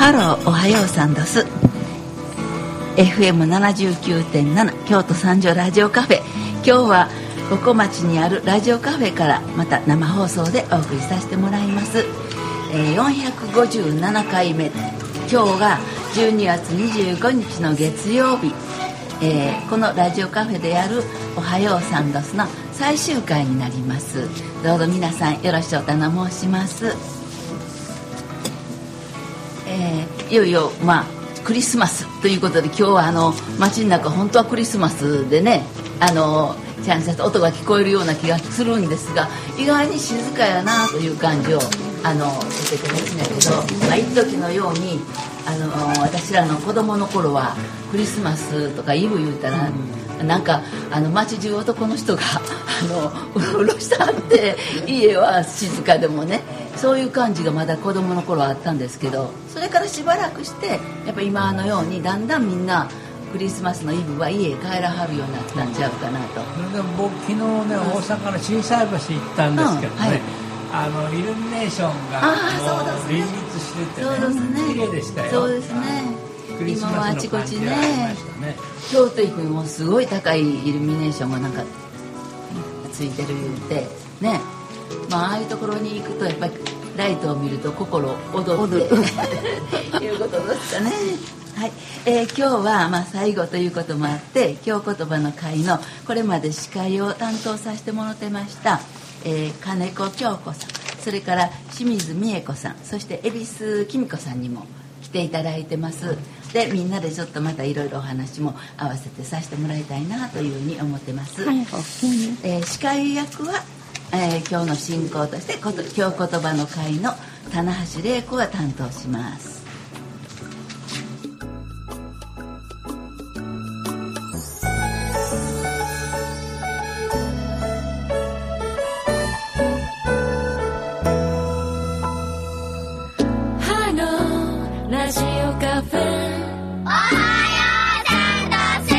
ハローおはようさんです。 FM79.7 京都三条ラジオカフェ、今日はここ町にあるラジオカフェからまた生放送でお送りさせてもらいます。457回目、今日が12月25日の月曜日、このラジオカフェでやるおはようサンドスの最終回になります。どうぞ皆さんよろしくお頼申します。いよいよクリスマスということで、今日は街の中本当はクリスマスでね、ちゃんと音が聞こえるような気がするんですが、意外に静かやなという感じを受けてますんだけど、一時のように私らの子供の頃はクリスマスとかイブ言うたら、なんか街中男の人がうろうろしたって、家は静かでもね、そういう感じがまだ子供の頃はあったんですけど、それからしばらくしてやっぱ今のようにだんだんみんなクリスマスのイブは家へ帰らはるようになったんちゃうかなと。 でも僕昨日ね、大阪の心斎橋行ったんですけどね、イルミネーションが林立しててね、綺麗でしたよ。そうですね、 今はあちこちね、京都行くにもすごい高いイルミネーションがなんかついてる言うてね、ああいうところに行くとやっぱりライトを見ると心躍っていうことですかね。はい、今日は最後ということもあって、京言葉の会のこれまで司会を担当させてもらってました金子京子さん、それから清水美恵子さん、そして恵比寿紀美子さんにも来ていただいてます。でみんなでちょっとまたいろいろお話も合わせてさせてもらいたいなというふうに思ってます。司会役は今日の進行として京言葉の会の棚橋玲子が担当します。 ラジオカフェ、おはようさんどす。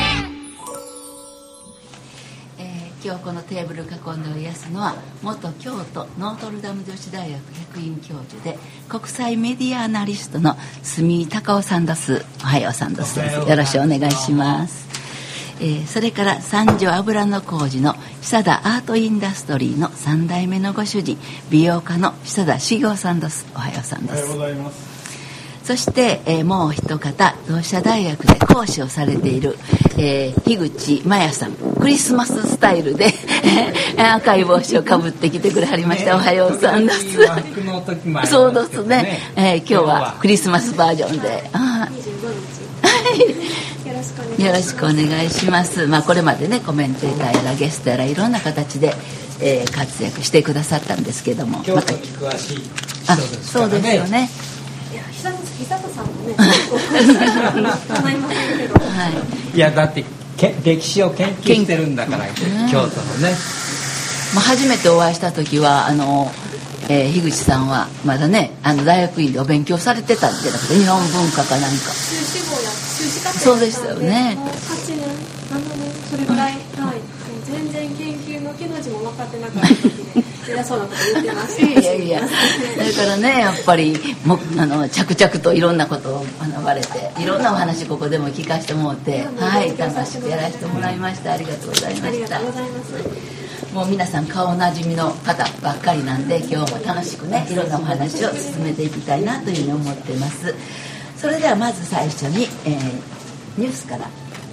今日このテーブル囲んでおやすのは元京都ノートルダム女子大学客員教授で国際メディアアナリストの住井隆夫さんです。おはようさんです。よろしくお願いします。それから三条油の工事の久田アートインダストリーの3代目のご主人、美容家の久田茂雄さんです。おはようさんです。 おはようございます。 そして、もう一方、同志社大学で講師をされている、樋口真也さん、クリスマススタイルで赤い帽子をかぶってきてくれはりました。おはようさんです。そうですね、今日はクリスマスバージョンでよろしくお願いします。これまでね、コメンテーターやらゲストやらいろんな形で、活躍してくださったんですけども、 京都に詳しい人ですからね。 そうですよね。 久田さんもね、叶いませんけど、 いやだって歴史を研究してるんだから、京都のね。 初めてお会いした時は樋口さんはまだね、大学院でお勉強されてたんじゃなくて、日本文化かなんか修士号や修士課程そうでしたよね。 もう8年7年それぐらい、全然研究の木の字も分かってなかった時で偉そうなこと言ってますしいやだからね、やっぱり着々といろんなことを学ばれて、いろんなお話ここでも聞かせてもらって、楽しくやらせてもらいました。ありがとうございました。 ありがとうございます。 もう皆さん顔なじみの方ばっかりなんで、今日も楽しくね、いろんなお話を進めていきたいなというふうに思っています。それではまず最初に、ニュースから。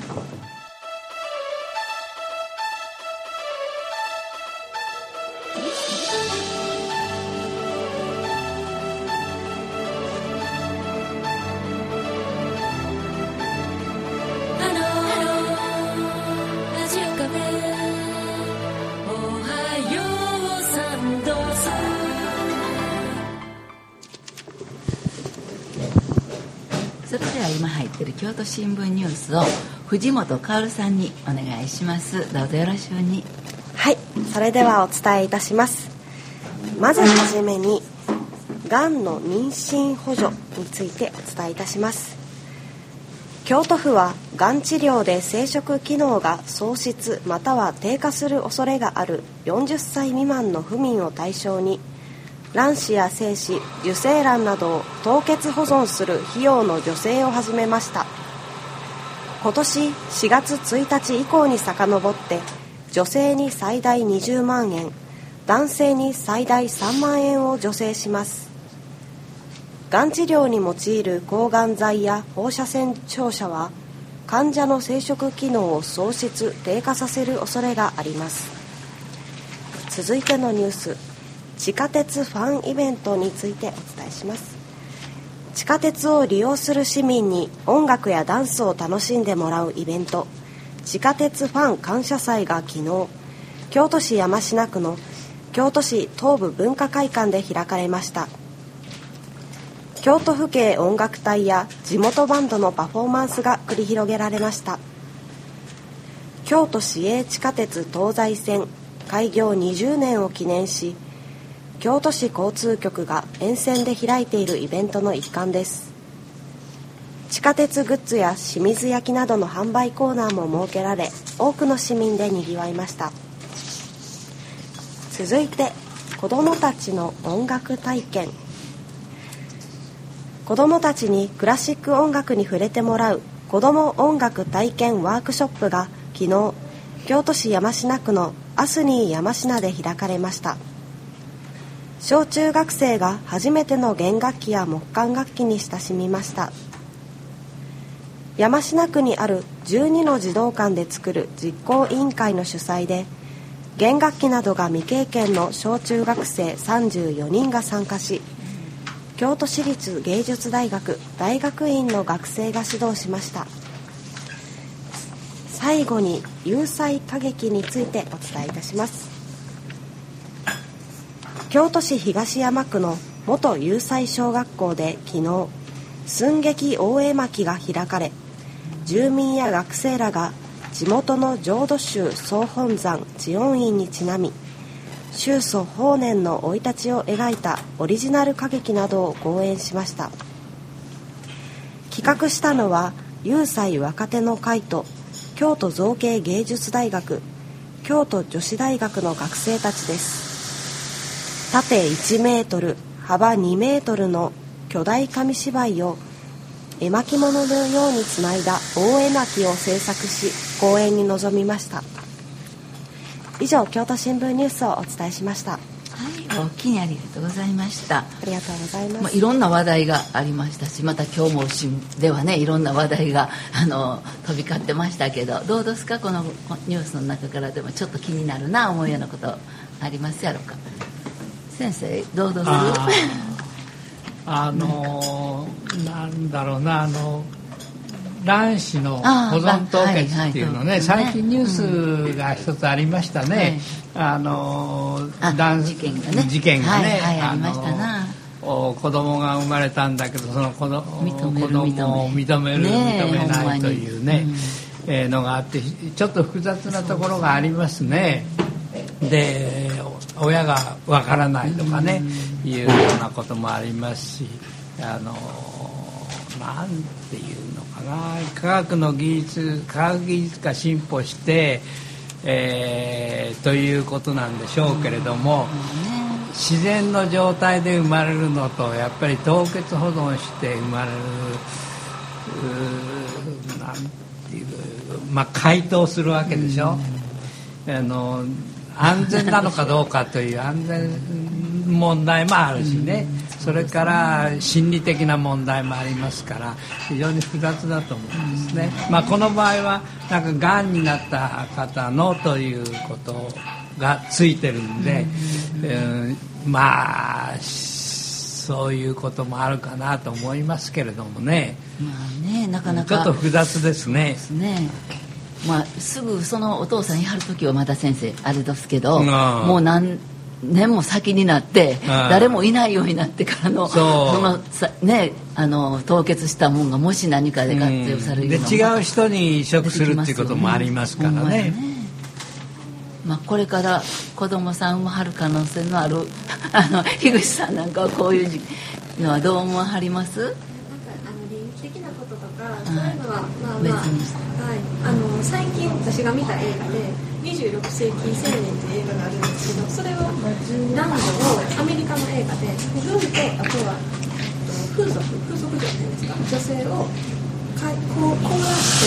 それでは今入っている京都新聞ニュースを藤本薫さんにお願いします。どうぞよろしくに。 はい、それではお伝えいたします。まずはじめにがんの妊娠補助についてお伝えいたします。京都府はがん治療で生殖機能が喪失または低下する恐れがある40歳未満の府民を対象に卵子や精子、受精卵などを凍結保存する費用の助成を始めました。今年4月1日以降に遡って女性に最大20万円、男性に最大3万円を助成します。がん治療に用いる抗がん剤や放射線照射は患者の生殖機能を喪失・低下させる恐れがあります。続いてのニュース、地下鉄ファンイベントについてお伝えします。地下鉄を利用する市民に音楽やダンスを楽しんでもらうイベント、地下鉄ファン感謝祭が昨日、京都市山科区の京都市東部文化会館で開かれました。京都府警音楽隊や地元バンドのパフォーマンスが繰り広げられました。京都市営地下鉄東西線開業20年を記念し、京都市交通局が沿線で開いているイベントの一環です。地下鉄グッズや清水焼きなどの販売コーナーも設けられ、多くの市民でにぎわいました。続いて、子どもたちの音楽体験。子どもたちにクラシック音楽に触れてもらう子ども音楽体験ワークショップが昨日、京都市山科区のアスニー山科で開かれました。小中学生が初めての弦楽器や木管楽器に親しみました。山科区にある12の児童館で作る実行委員会の主催で、弦楽器などが未経験の小中学生34人が参加し、京都市立芸術大学大学院の学生が指導しました。最後に有彩歌劇についてお伝えいたします。京都市東山区の元有彩小学校で昨日、寸劇大絵巻が開かれ、住民や学生らが地元の浄土宗総本山智恩院にちなみ、宗祖法然の生い立ちを描いたオリジナル歌劇などを講演しました。企画したのは有彩若手の会と京都造形芸術大学、京都女子大学の学生たちです。縦1メートル、幅2メートルの巨大紙芝居を絵巻物のようにつないだ大絵巻を制作し、講演に臨みました。以上、京都新聞ニュースをお伝えしました。 はい、お気にありがとうございました。 ありがとうございます。 いろんな話題がありましたし、また今日もではね、いろんな話題が飛び交ってましたけど、どうですか、このニュースの中からでもちょっと気になるな思うようなことありますやろうか。先生どうです？ なんだろうな、卵子の保存凍結っていうのね、最近ニュースが一つありましたね。事件がね、 ありましたな。 子供が生まれたんだけど、その子供を認める、認めないというね、のがあって、ちょっと複雑なところがありますね。で、親がわからないとかね、いうようなこともありますし、なんていうのかな、科学技術が進歩して、ということなんでしょうけれども、自然の状態で生まれるのと、やっぱり凍結保存して生まれる、なんていう、解凍するわけでしょ。安全なのかどうかという安全問題もあるしね、それから心理的な問題もありますから、非常に複雑だと思うんですね。この場合はなんかがんになった方のということがついてるんで、そういうこともあるかなと思いますけれどもね。 なかなかちょっと複雑ですね。 すぐそのお父さんやるときはまだ先生あれですけど、もう何年も先になって誰もいないようになってからの凍結したもんがもし何かで活用されるので違う人に移植するっていうこともありますからね。 これから子供さん産まはる可能性のある樋口さんなんかはこういうのはどう思わはります？ 倫理的なこととかそういうのは別に最近私が見た映画で26世紀青年という映画があるんですけど、それは男女をアメリカカの映画で軍とあとは風俗嬢っていうんですか、女性をこう凍らして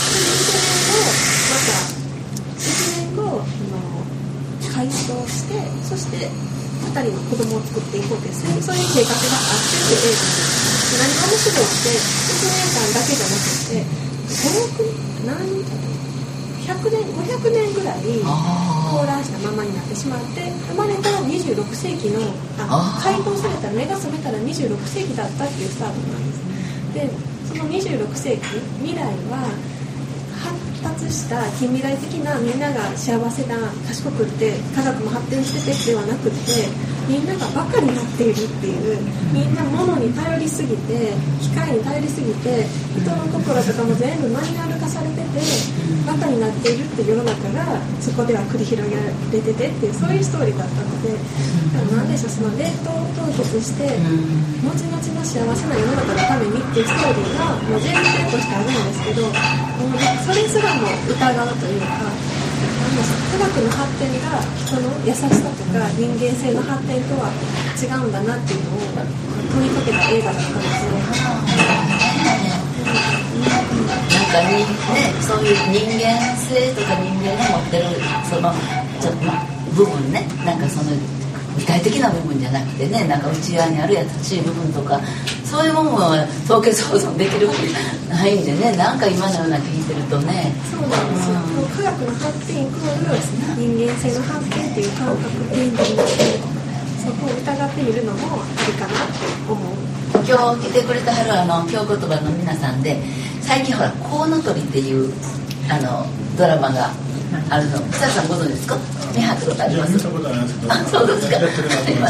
1年後改装して、そして2人の子供を作っていこうというそういう計画があってっていう映画です。何が面白いって1年間だけじゃなくて500年ぐらい混乱したままになってしまって、生まれたら26世紀の解放されたら目が覚めたら26世紀だったっていうスタートなんです。でその26世紀未来は発達した近未来的なみんなが幸せな賢くって科学も発展しててではなくってみんながバカになっているっていう、みんな物に頼りすぎて機械に頼りすぎて人の心とかも全部マニュアル化されててバカになっているっていう世の中がそこでは繰り広げられててっていうそういうストーリーだったので、なんでしょう、その冷凍凍結して後々の幸せな世の中のためにっていうストーリーがもう前提としてあるんですけど、もうそれすらも疑うというか、科学の発展が人の優しさとか人間性の発展とは違うんだなっていうのを問いかけた映画だったんですね。 なんかね、そういう人間性とか人間が持ってるそのちょっと部分ね、なんかその具体的な部分じゃなくてね、なんか内側にある優しい部分とかそういうものは凍結保存できるわけないんでね、なんか今のような聞いてるとね、 そうなんですよ、科学の発展イコール人間性の発展っていう感覚でそこを疑ってみるのもありかなって思う。 今日来てくれてはる京言葉の皆さんで最近ほらコウノトリっていうドラマがあるの、久さんご存知ですか？見張ったことあります？そうですか。あります。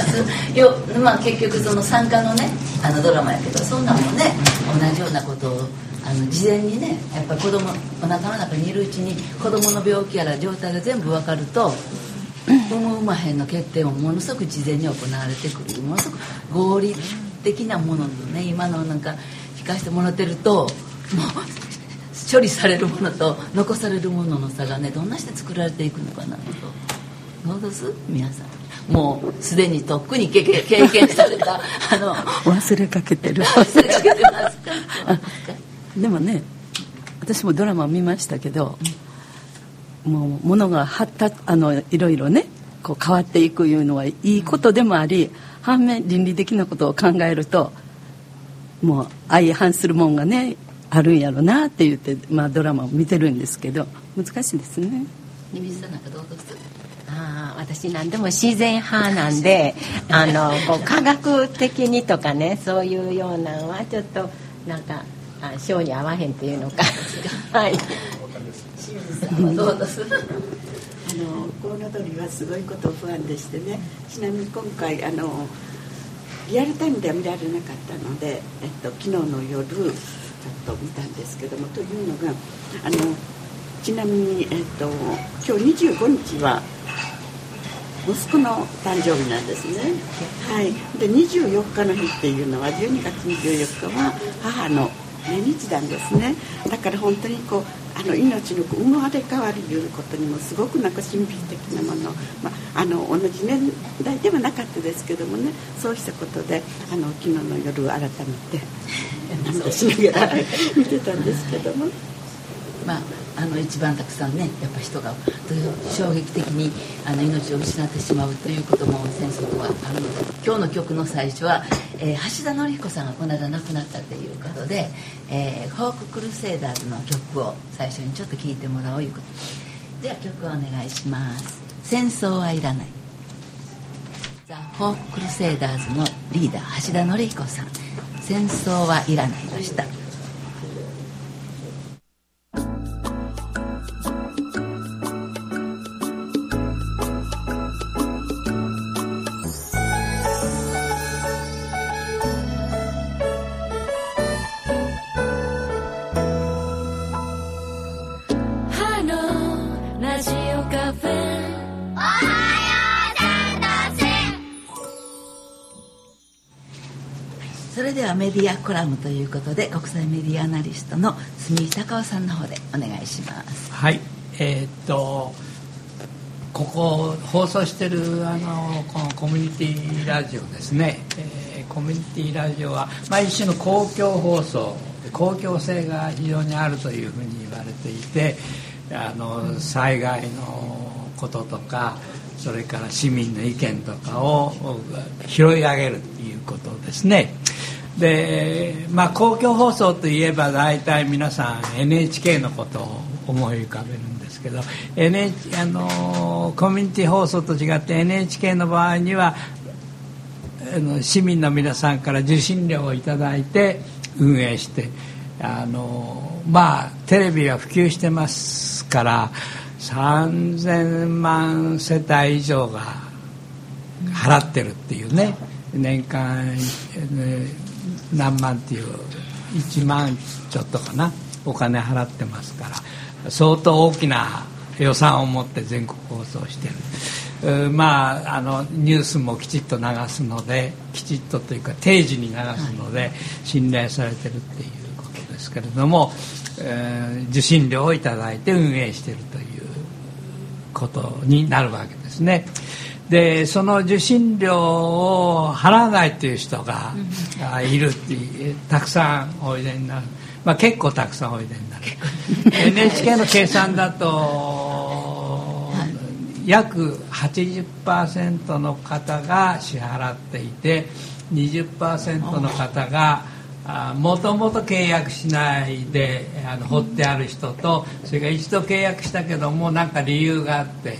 まあ結局その参加のねドラマやけど、そんなもんね同じようなことを事前にね、やっぱり子供お腹の中にいるうちに子供の病気やら状態が全部分かると産む産まへんの決定もものすごく事前に行われてくる、ものすごく合理的なものとね、今のなんか聞かせてもらってるともう処理されるものと残されるものの差がね、どんなして作られていくのかなと。どうです皆さん、もうすでにとっくに経験された忘れかけてる忘れかけてますか？ でもね、私もドラマ見ましたけど、もう物が発達いろいろねこう変わっていくいうのはいいことでもあり、反面倫理的なことを考えるともう相反するもんがねあるんやろなって言って、ドラマを見てるんですけど難しいですね。 水さんなんかどうですか？ 私何でも自然派なんでこう科学的にとかね、そういうようなのはちょっとなんか性に合わへんっていうのかはい。 清水さんはどうですコウノトリはすごいこと不安でしてね、ちなみに今回リアルタイムでは見られなかったので、昨日の夜ちょっと見たんですけども、というのがちなみに、今日25日は息子の誕生日なんですね。はい。で24日の日っていうのは12月24日は母の命日なんですね。だから本当にこう命の生まれ変わりということにもすごくなんか神秘的なもの、同じ年代ではなかったですけどもね、そうしたことで昨日の夜改めて涙しながら見てたんですけども、 一番たくさんねやっぱ人が衝撃的に命を失ってしまうということも戦争とはあるので、今日の曲の最初は、橋田紀彦さんがこの間亡くなったということで、ホーククルセイダーズの曲を最初にちょっと聴いてもらおうということで、は曲をお願いします。戦争はいらない。ザ・ホーククルセイダーズのリーダー橋田紀彦さん、戦争はいらないでした。それではメディアコラムということで、国際メディアアナリストの住井隆夫さんの方でお願いします。 はい、 ここ放送してるこのコミュニティラジオですね、コミュニティラジオは、一種の公共放送、公共性が非常にあるというふうに言われていて、災害のこととか、それから市民の意見とかを拾い上げるということですね。で、公共放送といえば大体皆さん NHK のことを思い浮かべるんですけど、コミュニティ放送と違って NHK の場合には市民の皆さんから受信料をいただいて運営して、テレビは普及してますから3000万世帯以上が払ってるっていうね、年間何万っていう1万ちょっとかなお金払ってますから、相当大きな予算を持って全国放送してる。ニュースもきちっと流すので、きちっとというか定時に流すので信頼されてるっていうことですけれども、受信料をいただいて運営しているということになるわけですね。で、その受信料を払わないという人がいるっていう、たくさんおいでになる、結構たくさんおいでになるNHK の計算だと約 80% の方が支払っていて、 20% の方がもともと契約しないで放ってある人と、それから一度契約したけどもなんか理由があって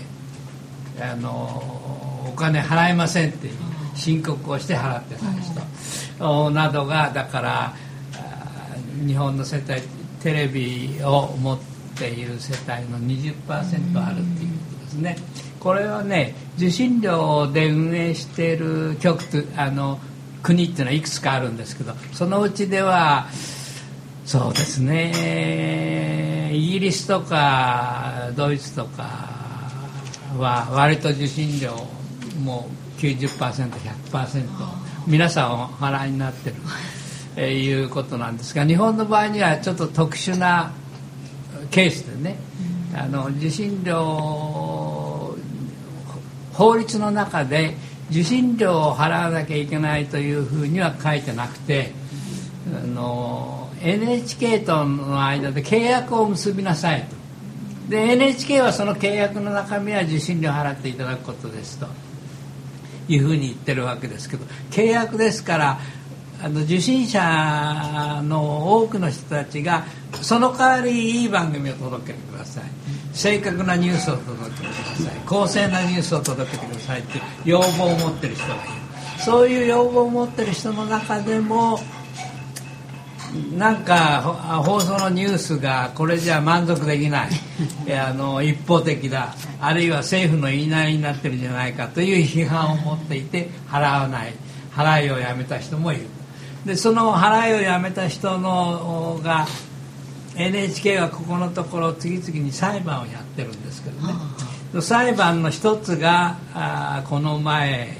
お金払えませんっていう申告をして払ってない人などが、だから日本の世帯、テレビを持っている世帯の 20% あるっていうことですね。これはね、受信料で運営している局と国っていうのはいくつかあるんですけど、そのうちではそうですね、イギリスとかドイツとかは割と受信料も 90%、100% 皆さんお払いになってるいうことなんですが、日本の場合にはちょっと特殊なケースでね、受信料法律の中で受信料を払わなきゃいけないというふうには書いてなくて、NHK との間で契約を結びなさいと。で NHK はその契約の中身は受信料を払っていただくことですというふうに言ってるわけですけど、契約ですから受信者の多くの人たちがその代わりいい番組を届けてください、正確なニュースを届けてください、公正なニュースを届けてくださいっていう要望を持ってる人がいる。そういう要望を持ってる人の中でもなんか放送のニュースがこれじゃ満足できない一方的だ、あるいは政府の言いなりになってるんじゃないかという批判を持っていて払わない、払いをやめた人もいる。でその払いをやめた人のが NHK はここのところ次々に裁判をやってるんですけどね、裁判の一つがこの前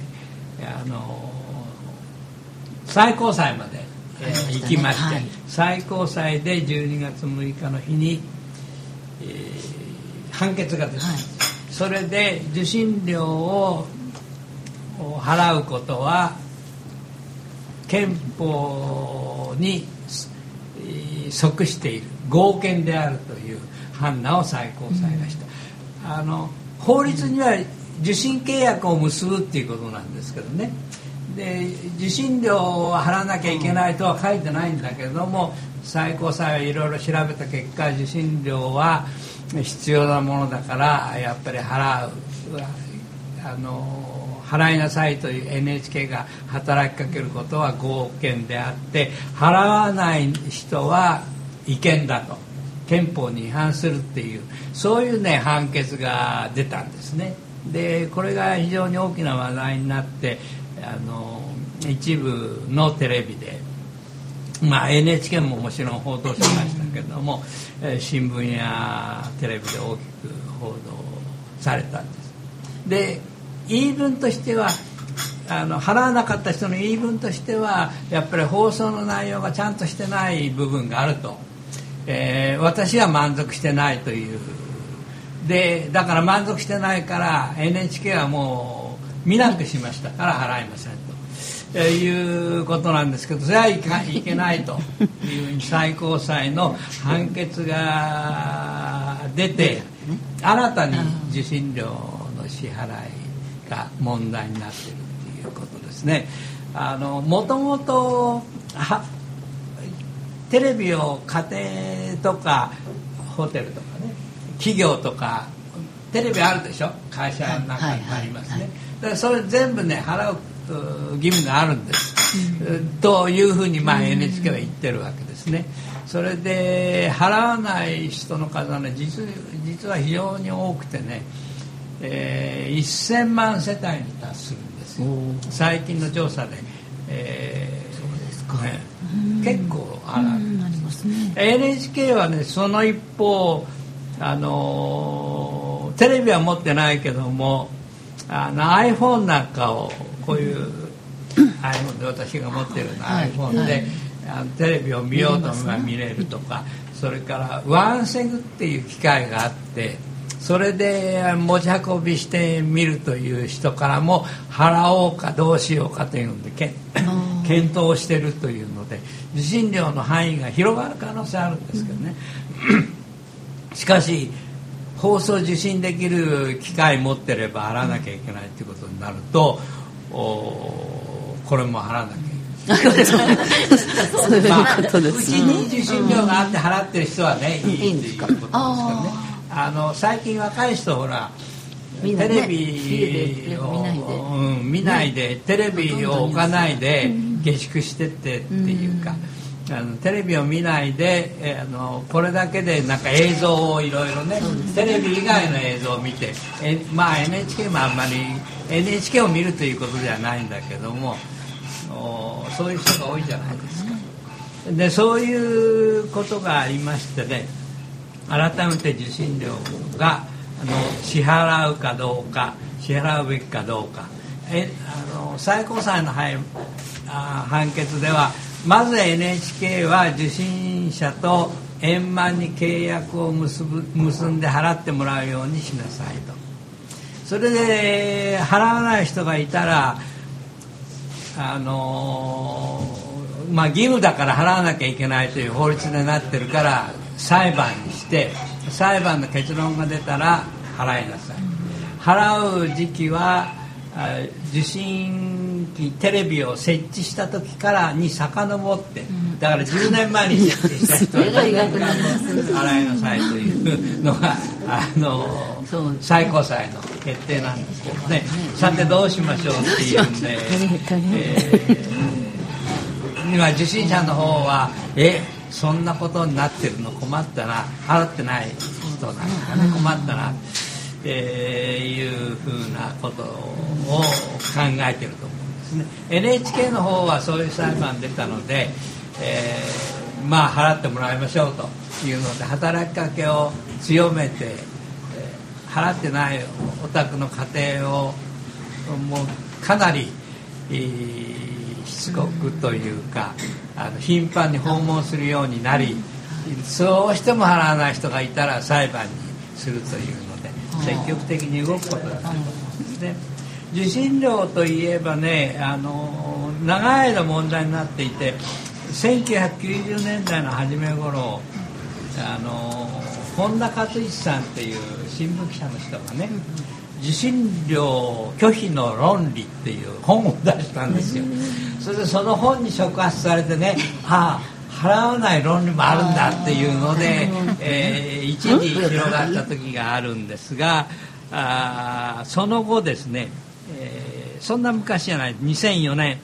最高裁まで、行きまして、最高裁で12月6日の日に、判決が出た、それで受信料を払うことは憲法に即している合憲であるという判断を最高裁がした、法律には受信契約を結ぶっていうことなんですけどね、で受信料を払わなきゃいけないとは書いてないんだけれども、最高裁はいろいろ調べた結果受信料は必要なものだからやっぱり払いなさいという NHK が働きかけることは合憲であって、払わない人は違憲だと、憲法に違反するっていうそういうね判決が出たんですね。でこれが非常に大きな話題になって一部のテレビで、NHK ももちろん報道しましたけども、新聞やテレビで大きく報道されたんです。で言い分としては払わなかった人の言い分としてはやっぱり放送の内容がちゃんとしてない部分があると、私は満足してないというでだから満足してないから NHK はもう見なくしましたから払いませんということなんですけど、それはいけないという最高裁の判決が出て、新たに受信料の支払いが問題になっているということですね。もともとテレビを家庭とかホテルとかね、企業とかテレビあるでしょ、会社なんかにもありますね。だからそれ全部ね払う義務があるんです、というふうにNHK は言ってるわけですね。それで払わない人の数はね実は非常に多くてね、1000万世帯に達するんですよ、最近の調査で。そうですか、結構ありますね。NHK はねその一方テレビは持ってないけどもiPhone なんかをこういう iPhone で私が持ってるの iPhone で、テレビを見ようと思えば見れるとか、それからワンセグっていう機械があって、それで持ち運びしてみるという人からも払おうかどうしようかというので検討しているというので、受信料の範囲が広がる可能性あるんですけどね、しかし放送受信できる機械持ってれば払わなきゃいけないということになると、これも払わなきゃいけない。 そういうことです。 うちに受信料があって払ってる人はね、いいっていうことですけどね。最近若い人ほらテレビを見ないでテレビを置かないで下宿してってっていうか、テレビを見ないで、これだけでなんか映像をいろいろね、テレビ以外の映像を見て、NHK もあんまり NHK を見るということではないんだけども、そういう人が多いじゃないですか。でそういうことがありましてね、改めて受信料が支払うかどうか、支払うべきかどうか、最高裁の判決ではまず NHK は受信者と円満に契約を結んで払ってもらうようにしなさいと。それで払わない人がいたら義務だから払わなきゃいけないという法律でなってるから裁判にして、裁判の結論が出たら払いなさい。払う時期は受信機テレビを設置した時からに遡って、だから10年前に設置した人は払いなさいというのが最高裁の決定なんですけどね。さてどうしましょうっていうんで、今受信者の方はそんなことになってるの困ったな、払ってない人なんかね困ったないうふうなことを考えてると思うんですね。NHK の方はそういう裁判出たので、払ってもらいましょうというので働きかけを強めて、払ってないお宅の家庭をもうかなりしつこくというか頻繁に訪問するようになり、そうしても払わない人がいたら裁判にするというので積極的に動くことだと思いますね。受信料といえばね、長い間問題になっていて、1990年代の初め頃本田勝一さんっていう新聞記者の人がね、受信料拒否の論理っていう本を出したんですよ。それでその本に触発されてね、払わない論理もあるんだっていうので、一時広がった時があるんですが、その後ですね、そんな昔じゃない、2004年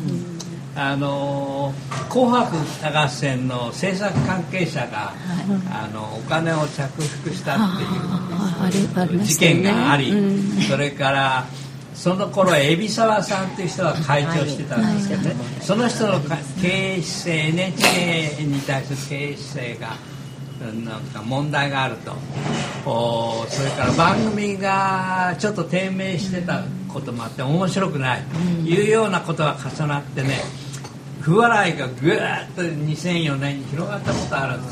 紅白歌合戦の制作関係者がお金を着服したっていう事件があり、それからその頃海老沢さんという人が会長してたんですけどね、その人の経営姿勢、 NHK に対する経営姿勢がなんか問題があると、それから番組がちょっと低迷してたこともあって面白くないというようなことが重なってね、不笑いがぐーっと2004年に広がったことあるんです。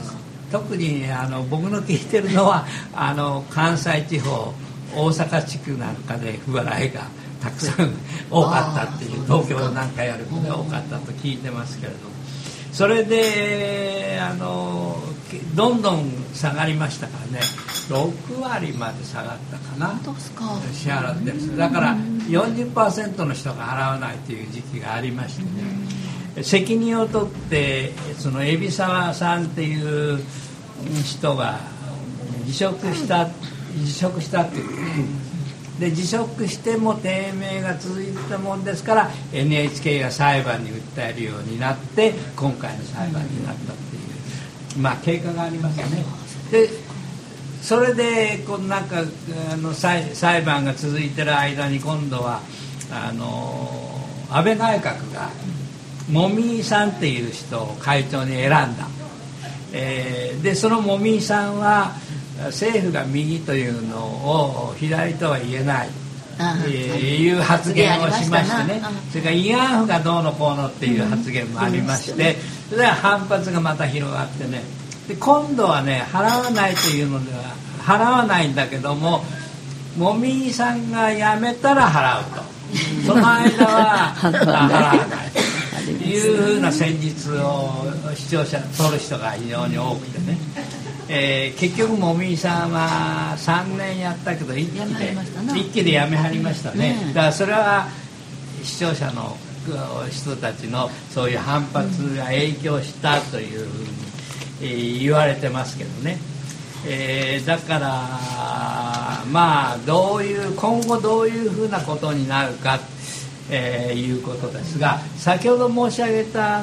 特に僕の聞いてるのは関西地方大阪地区なんかで不払いがたくさん多かったっていう、東京なんかよりも、ね、多かったと聞いてますけれども、それでどんどん下がりましたからね、6割まで下がったかな、支払ってるんです。だから 40% の人が払わないという時期がありましてね、責任を取ってその海老沢さんっていう人が辞職したっていうで、辞職しても低迷が続いたもんですから NHK が裁判に訴えるようになって今回の裁判になったっていう経過がありますよね。でそれでなんか裁判が続いてる間に今度は安倍内閣が茂木さんっていう人を会長に選んだ、でその茂木さんは政府が右というのを左とは言えない、いう発言をしましてね、それから慰安婦がどうのこうのっていう発言もありまして、それで反発がまた広がってね、で今度はね払わないというのでは払わないんだけども、茂木さんが辞めたら払うと、その間は払わないというふうな戦術を視聴者取る人が非常に多くてね、結局茂木さんは3年やったけど一気で辞めはりましたね。だからそれは視聴者の人たちのそういう反発が影響したというふうに言われてますけどね、だから今後どういうふうなことになるか、いうことですが、先ほど申し上げた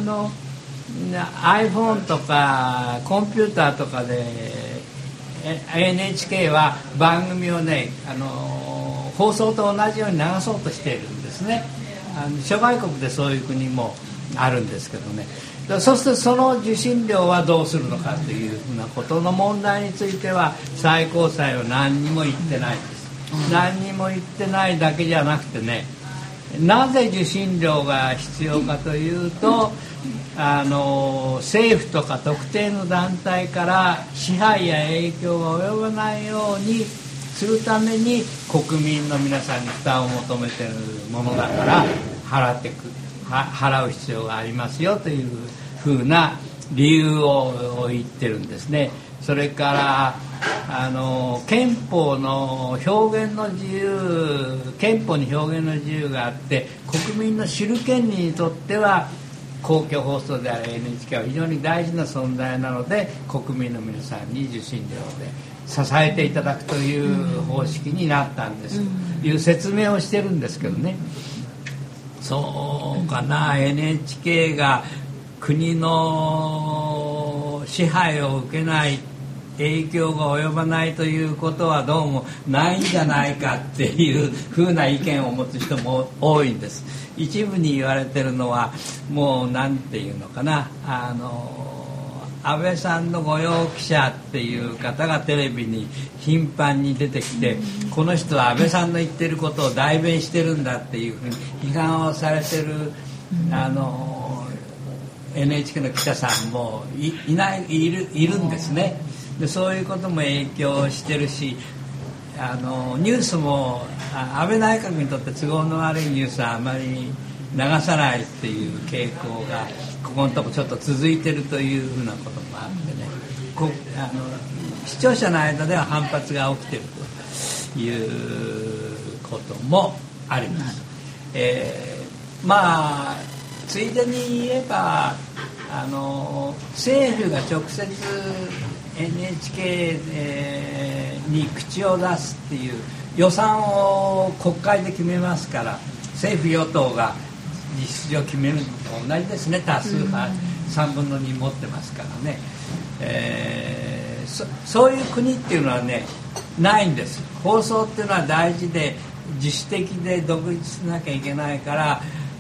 iPhone とかコンピューターとかで NHK は番組をね放送と同じように流そうとしているんですね。諸外国でそういう国もあるんですけどね。そうするとその受信料はどうするのかというふうなことの問題については最高裁は何にも言ってないです。何にも言ってないだけじゃなくてね、なぜ受信料が必要かというと、政府とか特定の団体から支配や影響が及ばないようにするために国民の皆さんに負担を求めているものだから払う必要がありますよというふうな理由を言ってるんですね。それから憲法の表現の自由、憲法に表現の自由があって国民の知る権利にとっては公共放送である NHK は非常に大事な存在なので、国民の皆さんに受信料で支えていただくという方式になったんですという説明をしてるんですけどね。そうかな、 NHK が国の支配を受けない、影響が及ばないということはどうもないんじゃないかっていうふうな意見を持つ人も多いんです。一部に言われてるのはもうなんていうのかな、安倍さんの御用記者っていう方がテレビに頻繁に出てきて、この人は安倍さんの言ってることを代弁してるんだっていうふうに批判をされてるNHK の記者さんもいるんですね。でそういうことも影響してるし、ニュースも安倍内閣にとって都合の悪いニュースはあまり流さないっていう傾向がここのとこちょっと続いてるというふうなこともあってね、視聴者の間では反発が起きてるということもあります。ついでに言えば政府が直接NHK に口を出すっていう予算を国会で決めますから、政府与党が実質上決めるのと同じですね。多数派3分の2持ってますからね、そういう国っていうのはねないんです。放送っていうのは大事で自主的で独立しなきゃいけないから、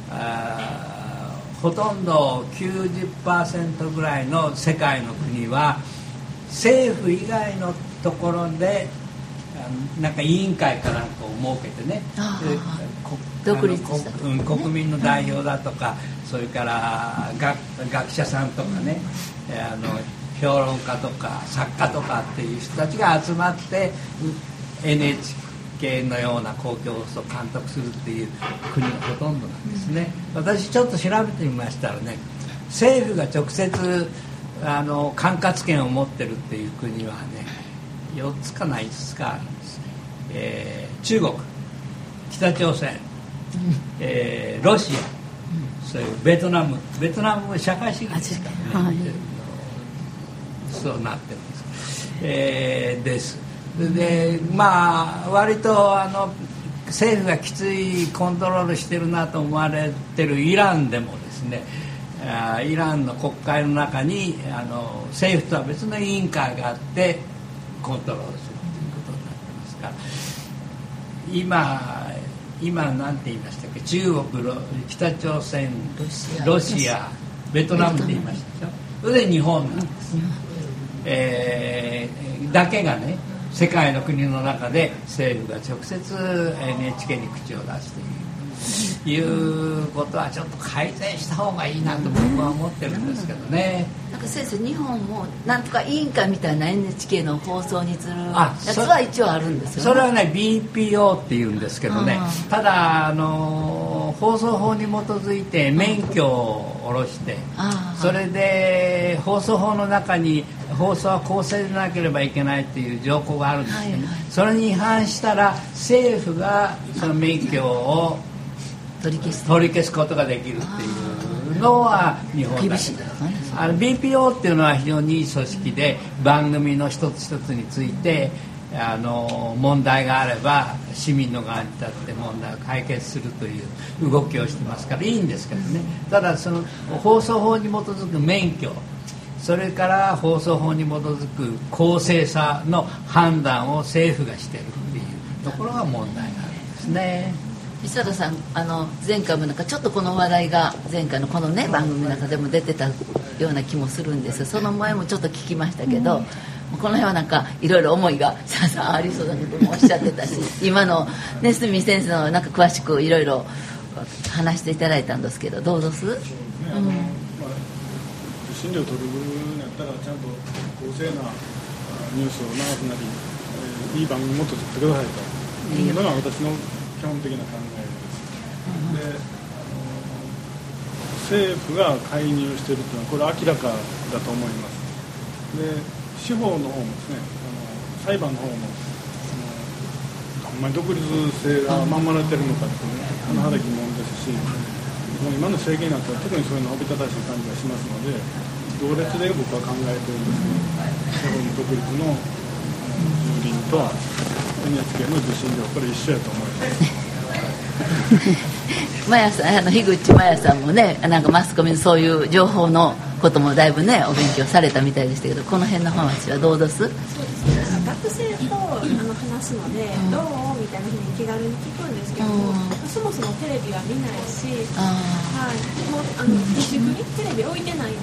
ほとんど 90% ぐらいの世界の国は政府以外のところでなんか委員会かなんかを設けてね、 独立した国民の代表だとか、それから学者さんとかね、 評論家とか作家とかっていう人たちが集まって NHK のような公共放送を監督するっていう国がほとんどなんですね。私ちょっと調べてみましたらね、政府が直接管轄権を持ってるっていう国はね4つかな5つかあるんですね。中国、北朝鮮、ロシア、そういうベトナム社会主義ですからね、そうなってるんです。でまあ割と政府がきついコントロールしてるなと思われてるイランでもですね、イランの国会の中に政府とは別の委員会があってコントロールするということになってますから、今何て言いましたっけ、中国、北朝鮮、ロシア、ベトナムって言いましたでしょ。それで日本なんです、だけがね世界の国の中で政府が直接 NHK に口を出しているということはちょっと改善した方がいいなと僕は思ってるんですけどね。 なんか先生、日本もなんとか委員会みたいな NHK の放送にするやつは一応あるんですよね。 それはね BPO っていうんですけどね、ただ放送法に基づいて免許を下ろして、それで放送法の中に放送は公正でなければいけないっていう条項があるんですけど、それに違反したら政府がその免許を取り消すことができるっていうのは日本だけです。BPO っていうのは非常にいい組織で、番組の一つ一つについて問題があれば市民の側に立って問題を解決するという動きをしてますからいいんですけどね。ただその放送法に基づく免許、それから放送法に基づく公正さの判断を政府がしているっていうところが問題があるんですね。 石田さん、前回もなんかちょっとこの話題が前回のこのね番組の中でも出てたような気もするんですが、その前もちょっと聞きましたけど、この辺はなんかいろいろ思いがささありそうだこともおっしゃってたし今のね住先生のなんか詳しくいろいろ話していただいたんですけど、どうぞす、 診療を取るんやったらちゃんと公正なニュースを長くなり、いい番組もっと作ってくださいというのが私の基本的な考えです。で政府が介入しているというのはこれ明らかだと思います。で司法の方もですね、裁判の方もほんまに独立性が守られているのかっていうのは甚だ疑問ですし、もう今の政権になったら特にそういうのはおびただしい感じがしますので、同列で僕は考えてるんですけど、司法の独立の蹂躙と NHK の受信料、これ一緒やと思います。 マヤさん、樋口マヤさんもね、なんかマスコミのそういう情報のこともだいぶねお勉強されたみたいでしたけど、この辺の話はどうです？ そうですね、学生と話すので、どうみたいなふうに気軽に聞くんですけども、そもそもテレビは見ないし、はい、もう自粛にテレビ置いてないんです。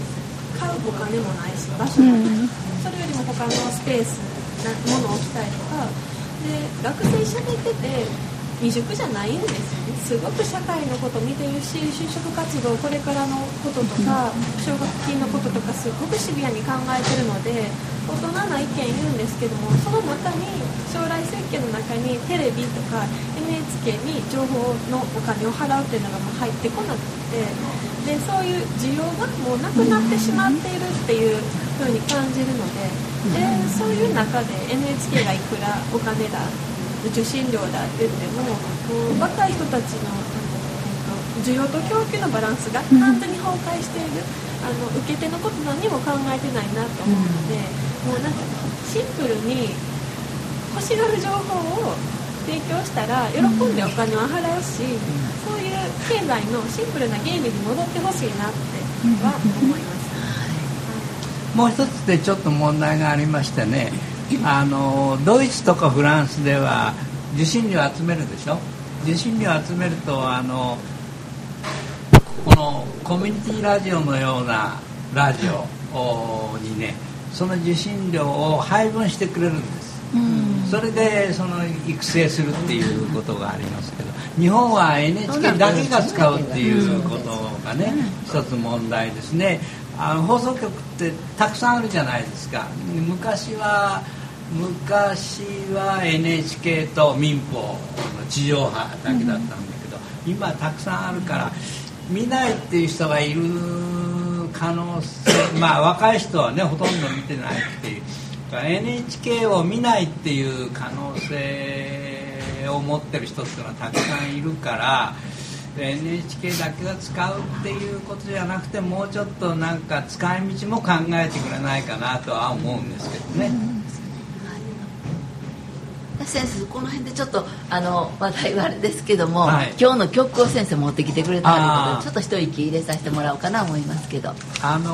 買うお金もないし場所もない、それよりも他のスペースものを置きたいとかで、学生喋ってて未熟じゃないんですよね。すごく社会のこと見てるし、就職活動これからのこととか奨学金のこととかすごくシビアに考えてるので、大人な意見言うんですけども、その中に将来設計の中にテレビとか NHK に情報のお金を払うっていうのがもう入ってこなくて、でそういう需要がもうなくなってしまっているっていう風に感じるので、そういう中で NHK がいくらお金だ受信料だって言っても、若い人たちの需要と供給のバランスが完全に崩壊している、受け手のこと何も考えてないなと思うので、もうなんかシンプルに欲しがる情報を提供したら喜んでお金を払うし、そういう経済のシンプルな原理に戻ってほしいなっては思います。 もう一つでちょっと問題がありましてね、ドイツとかフランスでは受信料集めるでしょ。受信料集めるとこのコミュニティラジオのようなラジオにね、その受信料を配分してくれるんです。それでその育成するっていうことがありますけど、日本は NHK だけが使うっていうことがね一つ問題ですね。 放送局ってたくさんあるじゃないですか。昔は NHK と民放の地上波だけだったんだけど、今たくさんあるから見ないっていう人がいる可能性、まあ若い人はねほとんど見てないっていう、NHK を見ないっていう可能性を持ってる人っていうのはたくさんいるから、NHK だけが使うっていうことじゃなくて、もうちょっとなんか使い道も考えてくれないかなとは思うんですけどね。 先生この辺でちょっと話題はあれですけども、 はい、 今日の曲を先生持ってきてくれたということでちょっと一息入れさせてもらおうかな思いますけど、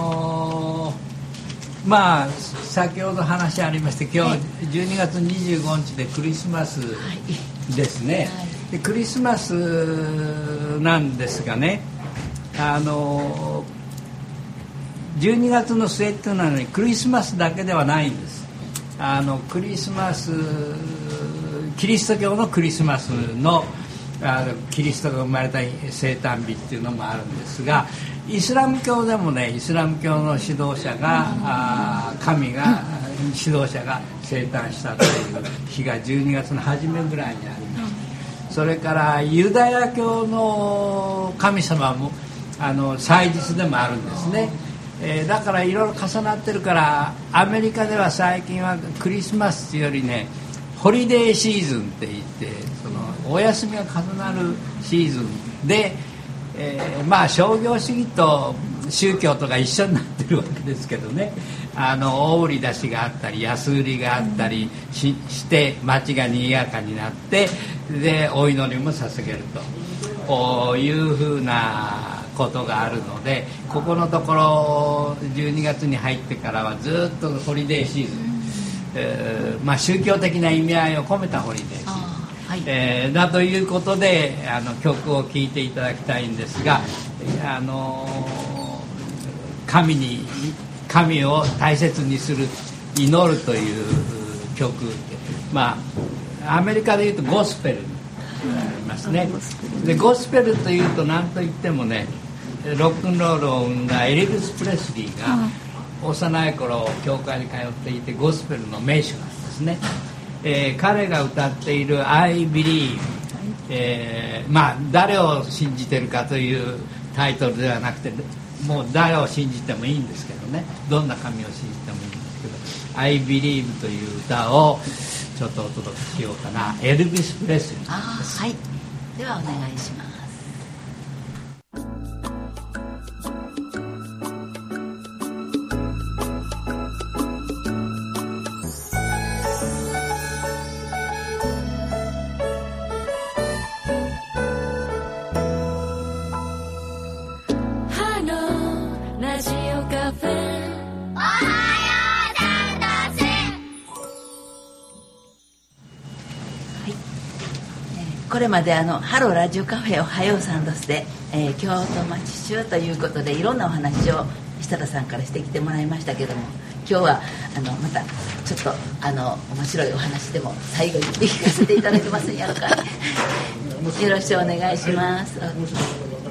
まあ先ほど話ありまして、今日12月25日でクリスマスですね、はい、でクリスマスなんですがね、12月の末っていうのは、ね、クリスマスだけではないんです。クリスマス、キリスト教のクリスマスのキリストが生まれた生誕日っていうのもあるんですが、イスラム教でもね、イスラム教の指導者が神が指導者が生誕したという日が12月の初めぐらいにあります。それからユダヤ教の神様も祭日でもあるんですね。だからいろいろ重なってるから、アメリカでは最近はクリスマスというよりね、ホリデーシーズンって言って、そのお休みが重なるシーズンで、まあ商業主義と宗教とか一緒になってるわけですけどね、大売り出しがあったり安売りがあったり して街が賑やかになって、でお祈りも捧げるというふうなことがあるので、ここのところ12月に入ってからはずっとホリデーシーズン、まあ、宗教的な意味合いを込めたホリデーシーズン、はい、だということで曲を聴いていただきたいんですが、神を大切にする、祈るという曲、まあアメリカでいうとゴスペルになりますね。でゴスペルというと何といってもね、ロックンロールを生んだエリヴス・プレスリーが幼い頃教会に通っていてゴスペルの名手なんですね。彼が歌っている I Believe、まあ誰を信じてるかというタイトルではなくて、もう誰を信じてもいいんですけどね、どんな神を信じてもいいんですけど、 I Believe という歌をちょっとお届けしようかな。エルヴィス・プレスリーです。 はい、ではお願いします。これまでハローラジオカフェおはようサンドスで、京都町集ということでいろんなお話を設楽さんからしてきてもらいましたけども、今日はまたちょっと面白いお話でも最後に聞かせていただけませんやろか。よろしくお願いします。 エルヴ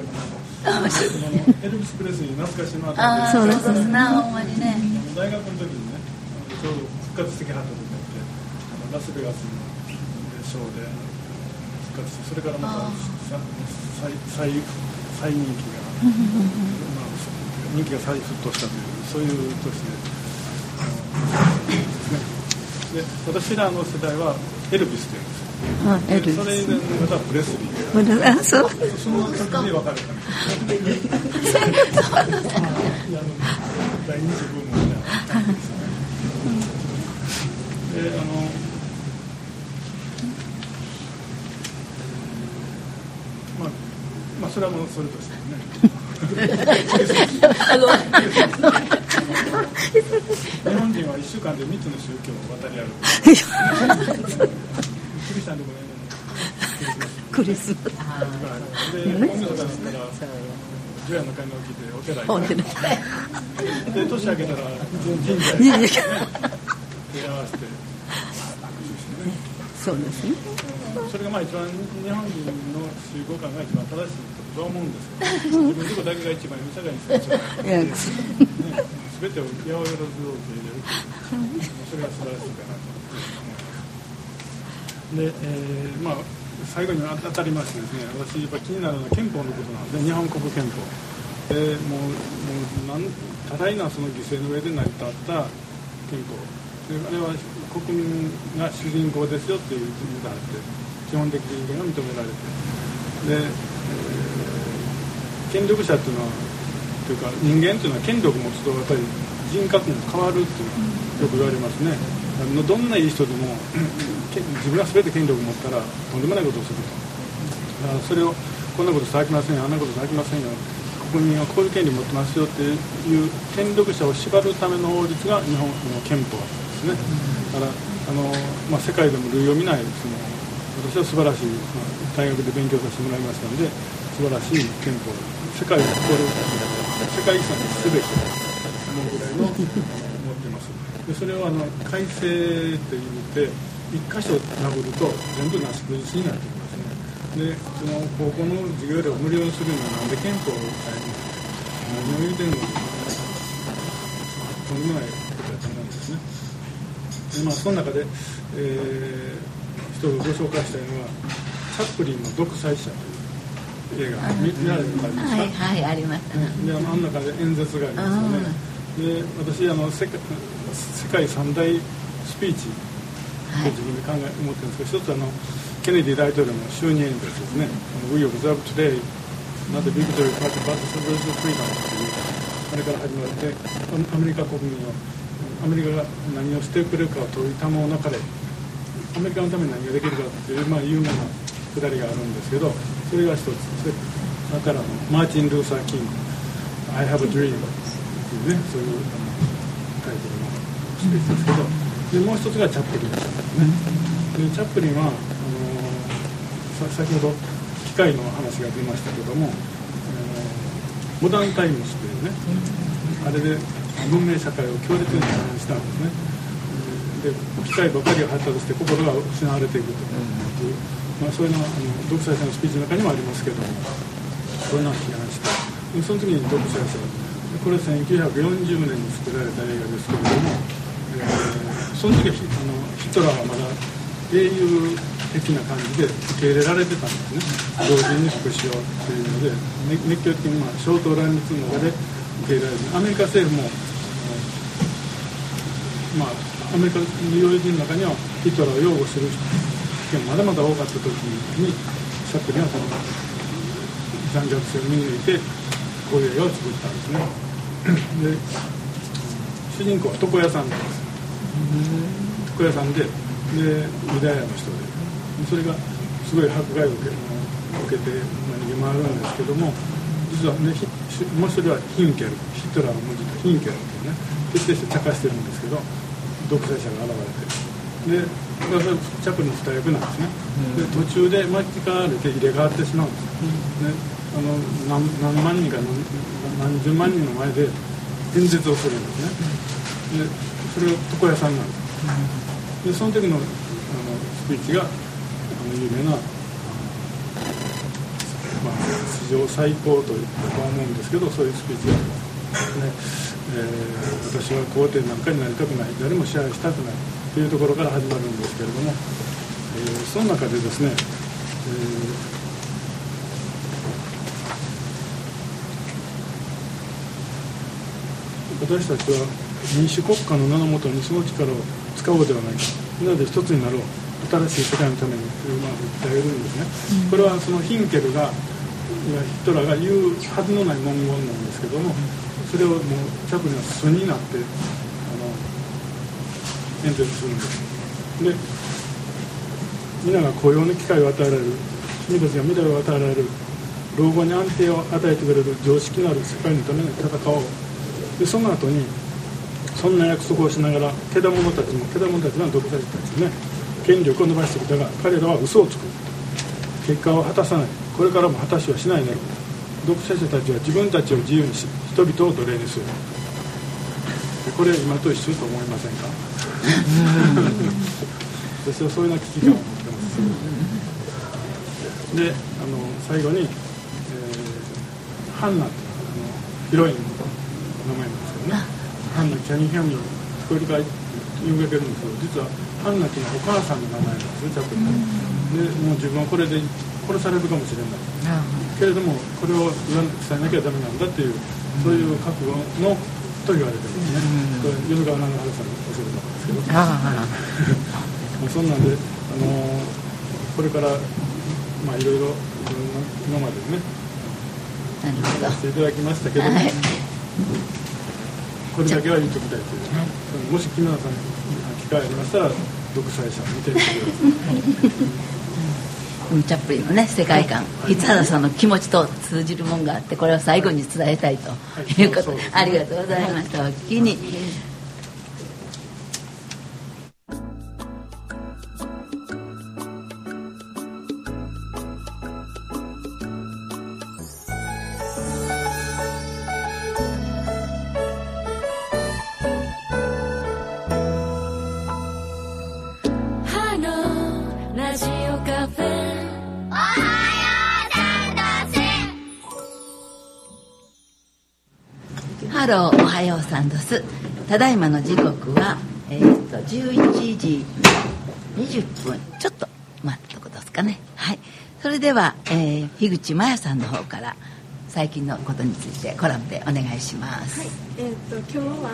ィス・プレスリー懐かしいなと思って。 そうですな、ほんまにね。 大学の時にね、ちょうど復活してきはった時があって、ラスベガスのショーで復活して、それからまた再人気が、人気が再沸騰したという、そういう年で、で私らの世代はエルヴィスというんですよ。それ以前の方はプレスリー。その時に分かれたんです。第二次ブームみたいな感じですね。でまあそれはもうそれとしてね。日本人は1週間で3つの宗教を渡り歩く。クリスチャンでもないのにクリスマスで、大晦日だったら除夜の鐘を聞いてお寺行ってで、年明けたら神社へ手合わせて握手してね、 そうですね。 それがまあ一番日本人の習慣が一番正しいと思うんですけど、自分のとこだけが一番社会にする人が全てを八百万を受け入れる、それが素晴らしいかなと思います。で、まあ最後に当たりましてですね、私やっぱ気になるのは憲法のことなので、日本国憲法でもう多大なその犠牲の上で成り立った憲法で、あれは国民が主人公ですよっていう意味があって、基本的人権が認められて、で、権力者っていうのはというか人間っていうのは権力を持つとやっぱり人格も変わるっていうよく言われますね。どんないい人でも自分が全て権力を持ったらとんでもないことをすると。だからそれをこんなことさきませんよ、あんなことさきませんよ、国民はこういう権利を持ってますよっていう権力者を縛るための法律が日本の憲法ですね。だから世界でも類を見ない私は素晴らしい、大学で勉強させてもらいましたので素晴らしい憲法、世界を超える世界遺産にすべきと思うぐらいの思ってます。でそれを改正って言って一箇所破ると全部なし崩しになってきますね。でその高校の授業料を無料にするのはなんで憲法を変えるの、何を言うてんの、とんでもないことだと思うんですね。でその中で、一つご紹介したいのはチャップリンの独裁者という映画、見られたことありますか？ はい、ありました。 であの中で演説がありますよね。で私世界三大スピーチと自分で思ってるんですけど、一つケネディ大統領の就任演説ですね。We observe today not the victory but the civil freedom というあれから始まってアメリカ国民をアメリカが何をしてくれるかを問いたもなかれ、アメリカのために何ができるかっていう、有名なくだりがあるんですけど、それが一つ。それからマーチン・ルーサー・キング I have a dream っていうね、そういうタイトルのスピーチですけど、でもう一つがチャップリンですね。でチャップリンは先ほど機械の話が出ましたけども、モダンタイムスというね、あれで文明社会を強烈に批判したんですね。で機械ばかりが発達して心が失われていくという、そういうのは独裁者のスピーチの中にもありますけども、そういうのを批判した。その時に独裁者、これは1940年に作られた映画ですけれども、その時はヒトラーはまだ英雄的な感じで受け入れられてたんですね。同時に復讐をというので熱狂的に焦凍乱立の中で受け入れられて、アメリカ政府もアメリカの要人の中にはヒトラーを擁護する人がまだまだ多かった時にチャップリンはその残虐性を見抜いてこういう映画を作ったんですね。で主人公は床屋さんです。床屋さんでユダヤの人で、それがすごい迫害を受けて逃げ回るんですけども、実はね、もう一人はヒンケル、ヒトラーの文字とヒンケルっていうね、徹底して茶化してるんですけど、独裁者が現れて、でチャップリンの二役なんですね。で途中で間違われて入れ替わってしまうんです。で何万人か何十万人の前で演説をするんですね。でそれが床屋さんなんです。でその時のスピーチが有名な、史上最高と思うんですけど、そういうスピーチがあります、私は皇帝なんかになりたくない、誰も支配したくないというところから始まるんですけれども、その中でですね、私たちは民主国家の名のもとにその力を使おうではないか、みんなで一つになろう、新しい世界のためにという訴えるんですね。これはそのヒンケルがヒトラーが言うはずのない文言なんですけども、それをもうチャップリンは素になって演説するんです。で皆が雇用の機会を与えられる、君たちが未来を与えられる、老後に安定を与えてくれる常識のある世界のために戦おう。でその後にそんな約束をしながらけだものたちは独裁者たちね、権力を伸ばしてきたが彼らは嘘をつく、結果を果たさない、これからも果たしはしないね。独裁者たちは自分たちを自由にし人々を奴隷にする。でこれ今と一緒と思いませんか？ 私はそういうような危機感を持ってます。で最後に、ハンナってヒロインの名前なんですけどね、ハンナキャニー・ヒャミー聞こえるか言うかけるんですけど、実はハンナっていうのはお母さんの名前なんですね、チャップリンでもう自分はこれで殺されるかもしれないけれども、これを伝えなきゃダメなんだっていう、そういう覚悟のと言われてるんですね。これ米川七春さんに教えてもらったんですけどそんなんで、これからまあいろいろ今までねしていただきましたけど、はい、これだけは言っときたいという、もし木村さんに機会ありましたら独裁者見てみてください。 チャップリンのね世界観、五原さんの気持ちと通じるもんがあって、これを最後に伝えたいということで、ありがとうございました。お聞きにハローおはようさんです。ただいまの時刻は、11時20分ちょっと待ったとこですかね。はい、それでは、樋口真也さんの方から最近のことについてコラムでお願いします。 はい、今日は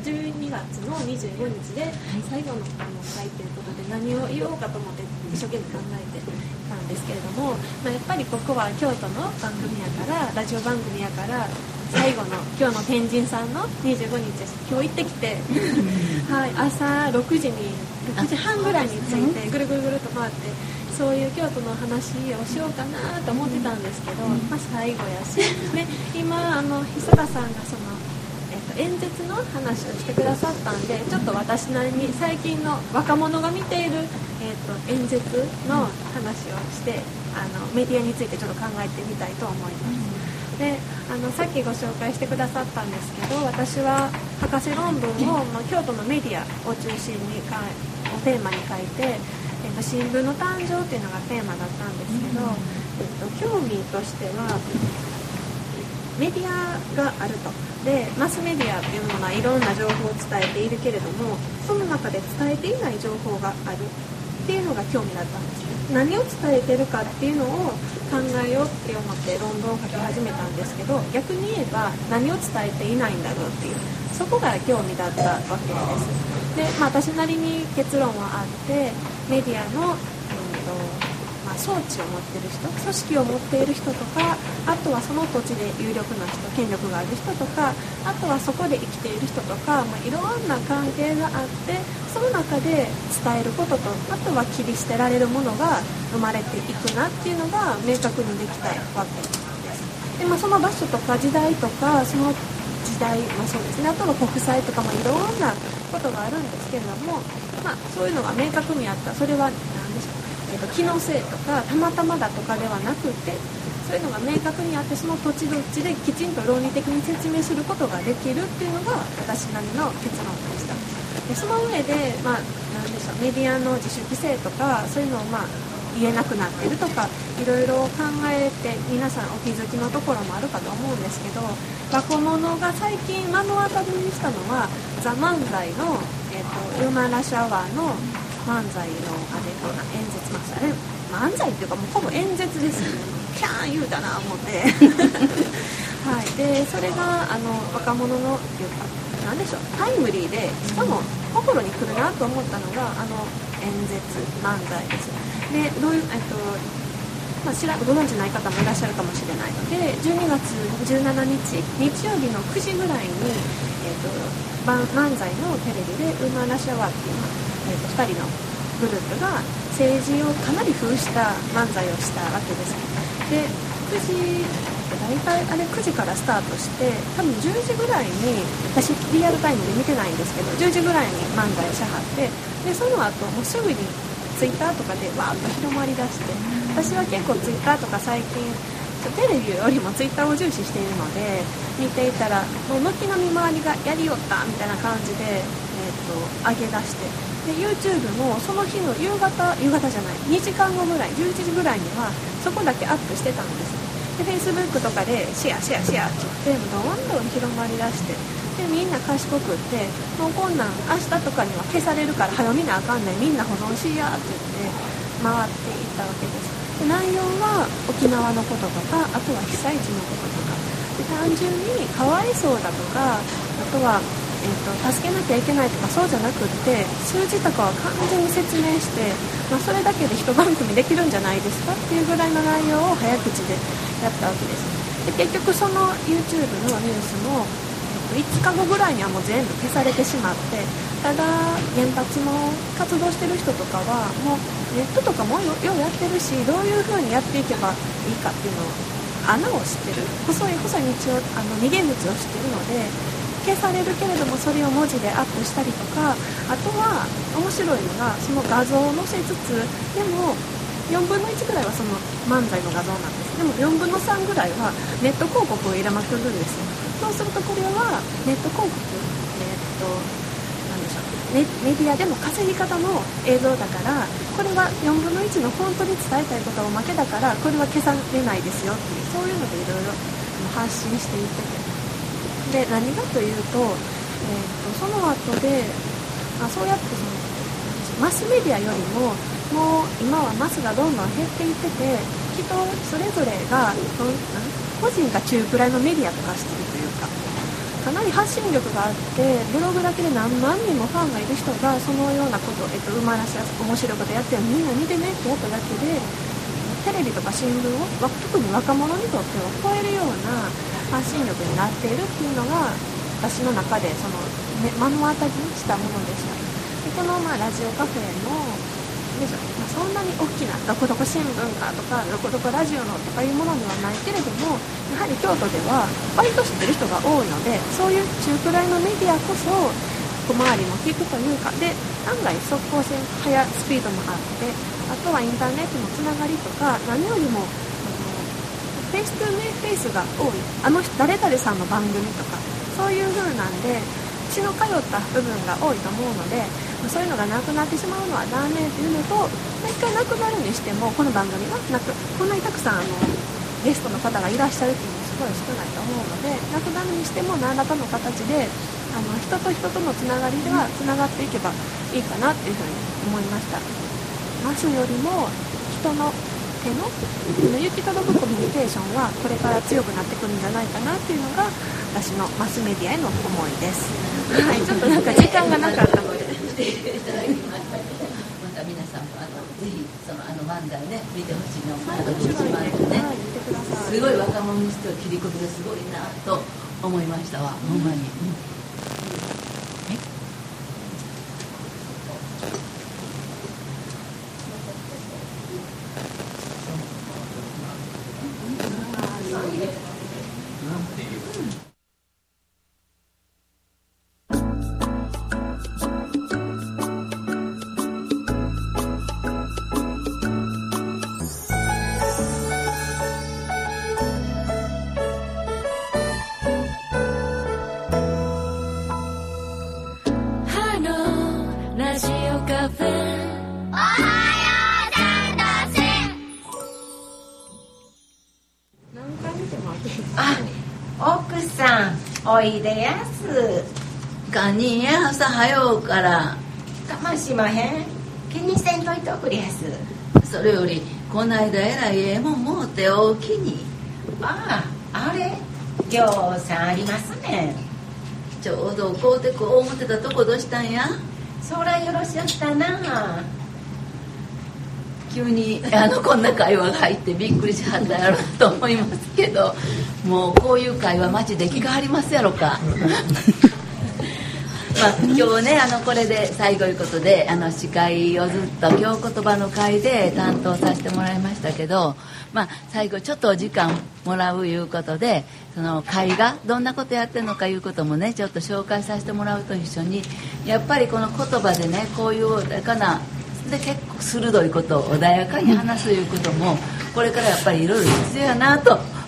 12月の25日で最後の会ということで、何を言おうかと思って一生懸命考えてたんですけれども、やっぱりここは京都の番組やからラジオ番組やから最後の今日の天神さんの25日です。今日行ってきてはい、朝6時半ぐらいに着いてぐるぐるぐると回って、そういう京都の話をしようかなと思ってたんですけど、最後やしで今久田さんがその、演説の話をしてくださったんで、ちょっと私なりに最近の若者が見ている、演説の話をしてメディアについてちょっと考えてみたいと思います。でさっきご紹介してくださったんですけど、私は博士論文を、京都のメディアを中心にテーマに書いて、新聞の誕生っていうのがテーマだったんですけど、興味としてはメディアがあると。でマスメディアっていうのはいろんな情報を伝えているけれども、その中で伝えていない情報があるっていうのが興味だったんですね。何を伝えてるかっていうのを考えようって思って論文を書き始めたんですけど、逆に言えば何を伝えていないんだろうっていう、そこが興味だったわけです。で、私なりに結論はあって、メディアの、装置を持っている人、組織を持っている人とか、あとはその土地で有力な人、権力がある人とか、あとはそこで生きている人とか、いろんな関係があって、その中で伝えることと、あとは切り捨てられるものが生まれていくなっていうのが明確にできたわけです。で、その場所とか時代とか、その時代、そうですね、あとは国際とかいろんなことがあるんですけれども、そういうのが明確にあった。それは何でしょう、気のせいとかたまたまだとかではなくて、そういうのが明確にあって、その土地土地できちんと論理的に説明することができるっていうのが私なりの結論でした。でその上で、何でしょう、メディアの自主規制とかそういうのを言えなくなってるとか、いろいろ考えて皆さんお気づきのところもあるかと思うんですけど、若者が最近目の当たりにしたのはザ・漫才の、ウーマンラッシュアワーの漫才の演説ましたね。漫才っていうかもうほぼ演説ですよね。キャー言うたな思ってはい、でそれが若者のっていうか何でしょう、タイムリーでしかも心にくるなと思ったのが演説漫才です。でどういうご存知ない方もいらっしゃるかもしれないので、12月17日日曜日の9時ぐらいに、漫才のテレビでウーマンラッシュアワーっていう2人のグループが政治をかなり風した漫才をしたわけです。で9時大体9時からスタートして、多分10時ぐらいに、私リアルタイムで見てないんですけど10時ぐらいに漫才しはって、でその後もうすぐにツイッターとかでわーっと広まりだして、私は結構ツイッターとか最近テレビよりもツイッターを重視しているので見ていたら、もう軒並み周りがやりよったみたいな感じで、 上げ出してで YouTube もその日の夕方じゃない2時間後ぐらい11時ぐらいにはそこだけアップしてたんです。で Facebook とかでシェアって言ってどんどん広まりだしてでみんな賢くってもうこんなん明日とかには消されるから早見なあかんねんみんな保存しやって言って回っていったわけです。で内容は沖縄のこととかあとは被災地のこととかで単純にかわいそうだとかあとは、助けなきゃいけないとかそうじゃなくって数字とかは完全に説明して、それだけで一番組できるんじゃないですかっていうぐらいの内容を早口でやったわけです。で結局その YouTube のニュースも5日後ぐらいにはもう全部消されてしまってただ原発の活動してる人とかはもうネットとかもようやってるしどういう風にやっていけばいいかっていうのを穴を知ってる細い道を逃げ道を知ってるので消されるけれどもそれを文字でアップしたりとかあとは面白いのがその画像を載せつつでも4分の1ぐらいはその漫才の画像なんです。でも4分の3ぐらいはネット広告を入れまくるんですよ。そうするとこれはネット広告なんでしょう、メディアでも稼ぎ方の映像だからこれは4分の1の本当に伝えたいことを負けだからこれは消されないですよっていうそういうのでいろいろ発信していっててで何かというと、その後でそうやってマスメディアよりももう今はマスがどんどん減っていってて人それぞれが個人が中くらいのメディアとかしてるというかかなり発信力があってブログだけで何万人もファンがいる人がそのようなことを、馬らしやすく面白いことやってるみんな見てねってやっただけでテレビとか新聞を特に若者にとっては超えるような発信力になっているっていうのが私の中で目の当たりにしたものでした。でこのラジオカフェのそんなに大きなどこどこ新聞かとかどこどこラジオのとかいうものにはないけれどもやはり京都では割と知ってる人が多いのでそういう中くらいのメディアこそ小回りも利くというかで案外速攻性速スピードもあってあとはインターネットのつながりとか何よりもフェイストゥフェイスが多い誰々さんの番組とかそういう風なんで血の通った部分が多いと思うのでそういうのがなくなってしまうのはダメっていうのと一回なくなるにしてもこの番組がこんなにたくさんゲストの方がいらっしゃるっていうのもすごい少ないと思うのでなくなるにしても何らかの形で人と人とのつながりではつながっていけばいいかなっていうふうに思いました。マスよりも人の手の行き届くコミュニケーションはこれから強くなってくるんじゃないかなっていうのが私のマスメディアへの思いです。はい、ちょっとなんか時間がなかったのでまた皆さんもぜひ漫才ね見てほしいの一番ね、すごい若者にしては切り込みがすごいなと思いましたわ、ほんまに。 奥さんおいでやすかに朝早うからかましまへん気にせんといておくれやす。 それよりこないだえらいええもんもうておおきに。 あれぎょうさんありますね。 ちょうど買うてこう思ってたとこどうしたんや。 そらよろしゃったな。 急にこんな会話が入ってびっくりしはったやろと思いますけどもうこういう会話街で聞かはりますやろか今日ねこれで最後いうことで司会をずっと京言葉の会で担当させてもらいましたけど、最後ちょっとお時間もらういうことでその会がどんなことやってるのかいうこともねちょっと紹介させてもらうと一緒にやっぱりこの言葉でねこういう穏やかなで結構鋭いことを穏やかに話すいうこともこれからやっぱりいろいろ必要やなと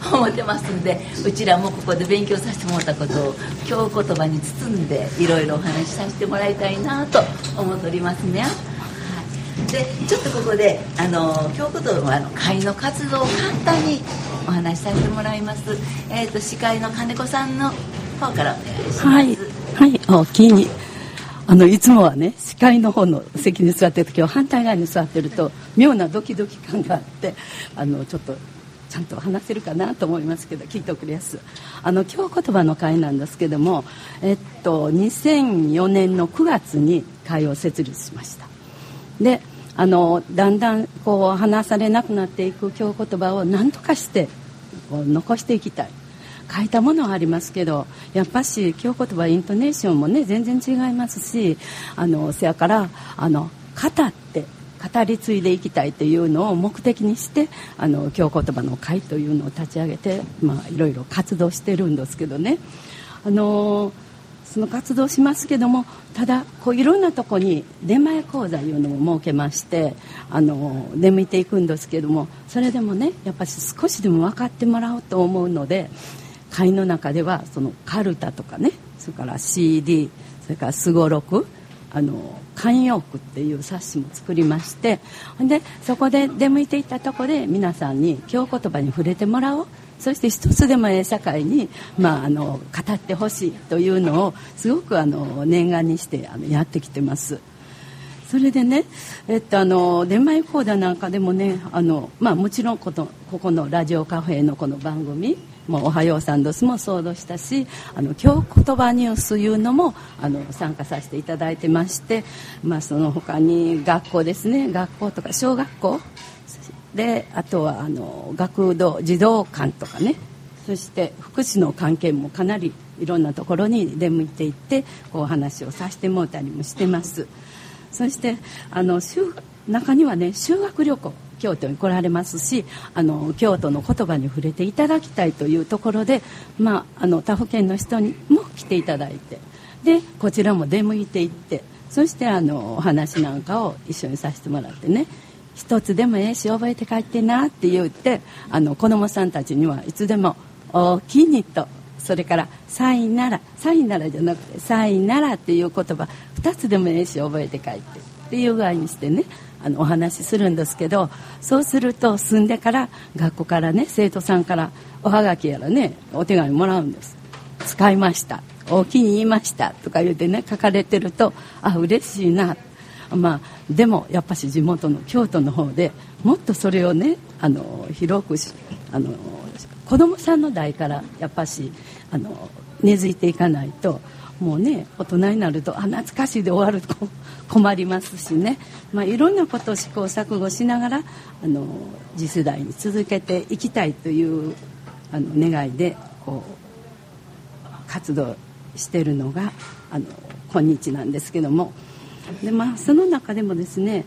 思ってますんで、うちらもここで勉強させてもらったことを京言葉に包んでいろいろお話しさせてもらいたいなと思っておりますね。でちょっとここで京言葉の会の活動を簡単にお話しさせてもらいます。司会の金子さんの方からお願いします。 はい、はい、お気にいつもはね司会の方の席に座ってる時は反対側に座ってると妙なドキドキ感があってちょっとちゃんと話せるかなと思いますけど聞いておくれやす。京言葉の会なんですけども、2004年の9月に会を設立しました。でだんだんこう話されなくなっていく京言葉を何とかしてこう残していきたい。書いたものはありますけどやっぱし京言葉イントネーションもね全然違いますしせやから語って語り継いでいきたいというのを目的にして京言葉の会というのを立ち上げて、いろいろ活動してるんですけどねその活動しますけどもただこういろんなとこに出前講座いうのを設けまして出向いていくんですけどもそれでもねやっぱり少しでも分かってもらおうと思うので会の中ではそのカルタとかねそれから CD それからすごろく慣用句っていう冊子も作りましてでそこで出向いていったところで皆さんに京言葉に触れてもらおうそして一つでも社会に、語ってほしいというのをすごく念願にしてやってきてます。それでね、出前講座なんかでもねもちろんここのラジオカフェのこの番組もうおはようさんどすもそうでしたし京言葉ニュースいうのも参加させていただいてまして、その他に学校ですね学校とか小学校であとは学童児童館とかねそして福祉の関係もかなりいろんなところに出向いていってこう話をさせてもらったりもしてます。そして中にはね修学旅行京都に来られますし京都の言葉に触れていただきたいというところで、他府県の人にも来ていただいてでこちらも出向いていってそしてお話なんかを一緒にさせてもらってね一つでもし覚えて帰ってなって言って子どもさんたちにはいつでもおきにとそれからさいならじゃなくてさいならっていう言葉2つでもし覚えて帰ってっていう具合にしてねお話しするんですけどそうすると住んでから学校からね生徒さんからおはがきやらねお手紙もらうんです。使いましたお気に入りましたとか言ってね書かれてると嬉しいな。でもやっぱし地元の京都の方でもっとそれをね広く子どもさんの代からやっぱし根付いていかないともうね大人になると懐かしいで終わると困りますしね、いろんなことを試行錯誤しながら次世代に続けていきたいという願いでこう活動しているのが今日なんですけどもで、その中でもですね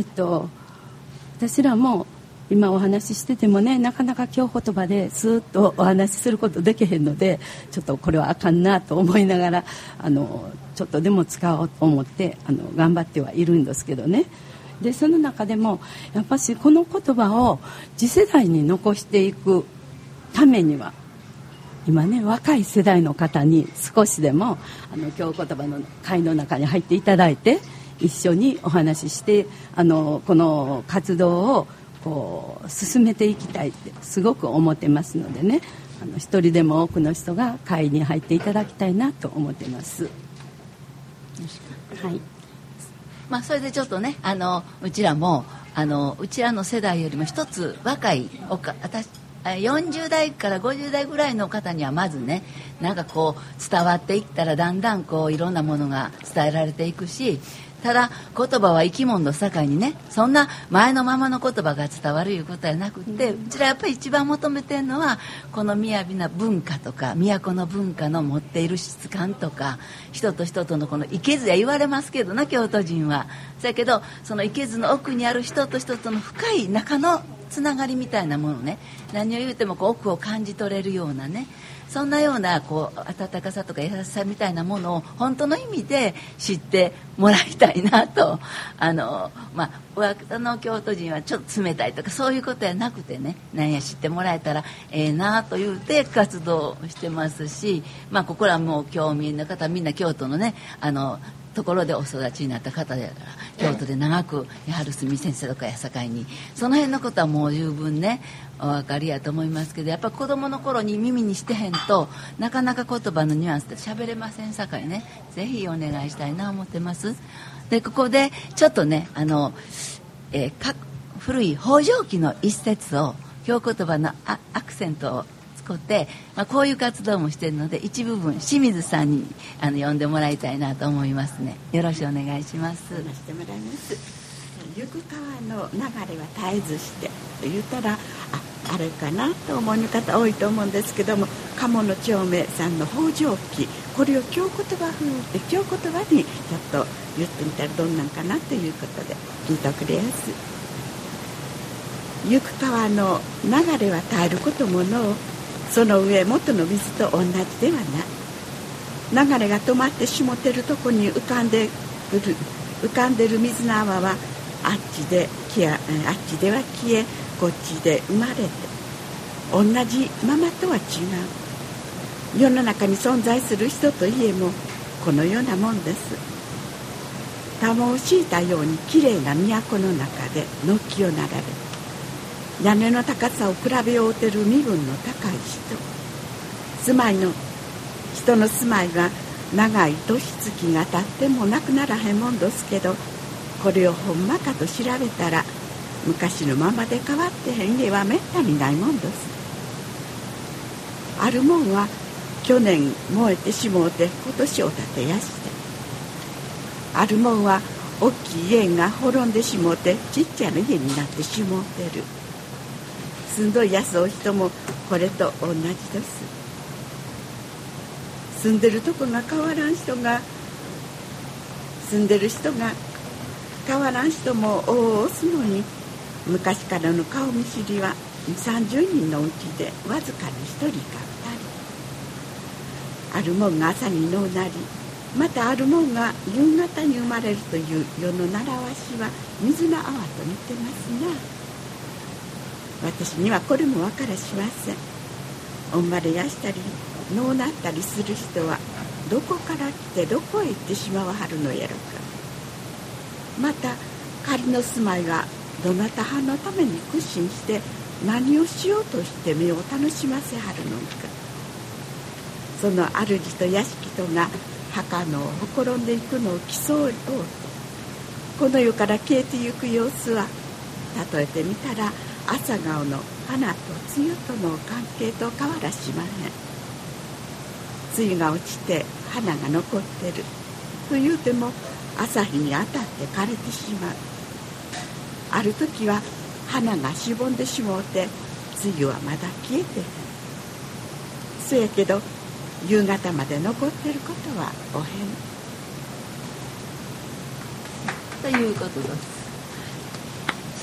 私らも今お話ししててもねなかなか京言葉でスーッとお話しすることできへんのでちょっとこれはあかんなと思いながらちょっとでも使おうと思って頑張ってはいるんですけどねでその中でもやっぱしこの言葉を次世代に残していくためには今ね若い世代の方に少しでも京言葉の会の中に入っていただいて一緒にお話ししてこの活動をこう進めていきたいってすごく思ってますのでね一人でも多くの人が会に入っていただきたいなと思ってます。はい。 それでちょっとねうちらもうちらの世代よりも一つ若い40代から50代ぐらいの方にはまずねなんかこう伝わっていったらだんだんこういろんなものが伝えられていくしただ言葉は生き物の世界にねそんな前のままの言葉が伝わるいうことはなくってうちらやっぱり一番求めてるのはこの雅な文化とか都の文化の持っている質感とか人と人とのこのいけずや言われますけどな京都人はだけどそのいけずの奥にある人と人との深い中のつながりみたいなものね何を言うてもこう奥を感じ取れるようなねそんなようなこう温かさとか優しさみたいなものを本当の意味で知ってもらいたいなと、京都人はちょっと冷たいとかそういうことやなくてね、何や知ってもらえたらええなと言うて活動してますし、ここらもう京民の方みんな京都のねところでお育ちになった方だから京都で長くやはる住先生とかやさかいにその辺のことはもう十分ねお分かりやと思いますけど、やっぱ子供の頃に耳にしてへんとなかなか言葉のニュアンスで喋れませんさかいね、ぜひお願いしたいな思ってます。でここでちょっとね古い北条記の一節を京言葉のアクセントを使って、こういう活動もしているので一部分清水さんに呼んでもらいたいなと思いますね。よろしくお願いします。 してもらいます。行く川の流れは絶えずしてと言ったらあれかなと思いの方多いと思うんですけども、鴨の長明さんの北条記、これを京言葉風で京言葉にちょっと言ってみたらどんなんかなということで聞いておくれやす。行く川の流れは絶えることもの、その上元の水と同じではない。流れが止まってしもてるとこに浮かんでる水の泡はあっちでは消え、こっちで生まれて同じままとは違う。世の中に存在する人といえもこのようなもんです。玉を敷いたようにきれいな都の中で軒を並べ、屋根の高さを比べ合うてる身分の高い人の住まいは長い年月が経ってもなくならへんもんですけど、これをほんまかと調べたら昔のままで変わってへん家はめったにないもんです。あるもんは去年燃えてしもうて今年を建てやして、あるもんは大きい家が滅んでしもうてちっちゃな家になってしもうてる。住んどいやすお人もこれと同じです。住んでるとこが変わらん人が、住んでる人が変わらん人もおすのに、昔からの顔見知りは30人のうちでわずかに1人か2人。あるもんが朝にのうなり、またあるもんが夕方に生まれるという世の習わしは水の泡と似てますな。私にはこれも分からしません。お生まれやしたりのうなったりする人はどこから来てどこへ行ってしまわはるのやろか。また仮の住まいはどなたはのために屈伸して何をしようとして目を楽しませはるのか。その主と屋敷とが墓のをほころんでいくのを競おうと、この世から消えてゆく様子は例えてみたら朝顔の花と梅雨との関係と変わらしまへん。梅雨が落ちて花が残ってるというても朝日に当たって枯れてしまう。ある時は花がしぼんでしもうて梅雨はまだ消えてへん。そやけど夕方まで残ってることはおへんということです。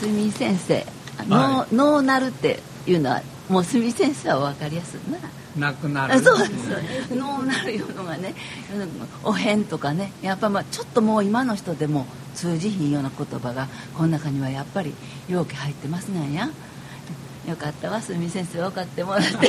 住先生、ノーナルっていうのはもう住先生は分かりやすいな。 なくなる。 そうですノーナルいうのがね、おへんとかね、やっぱちょっともう今の人でも通じひんような言葉がこの中にはやっぱり容器入ってますなんや。よかったわ、住先生分かってもらって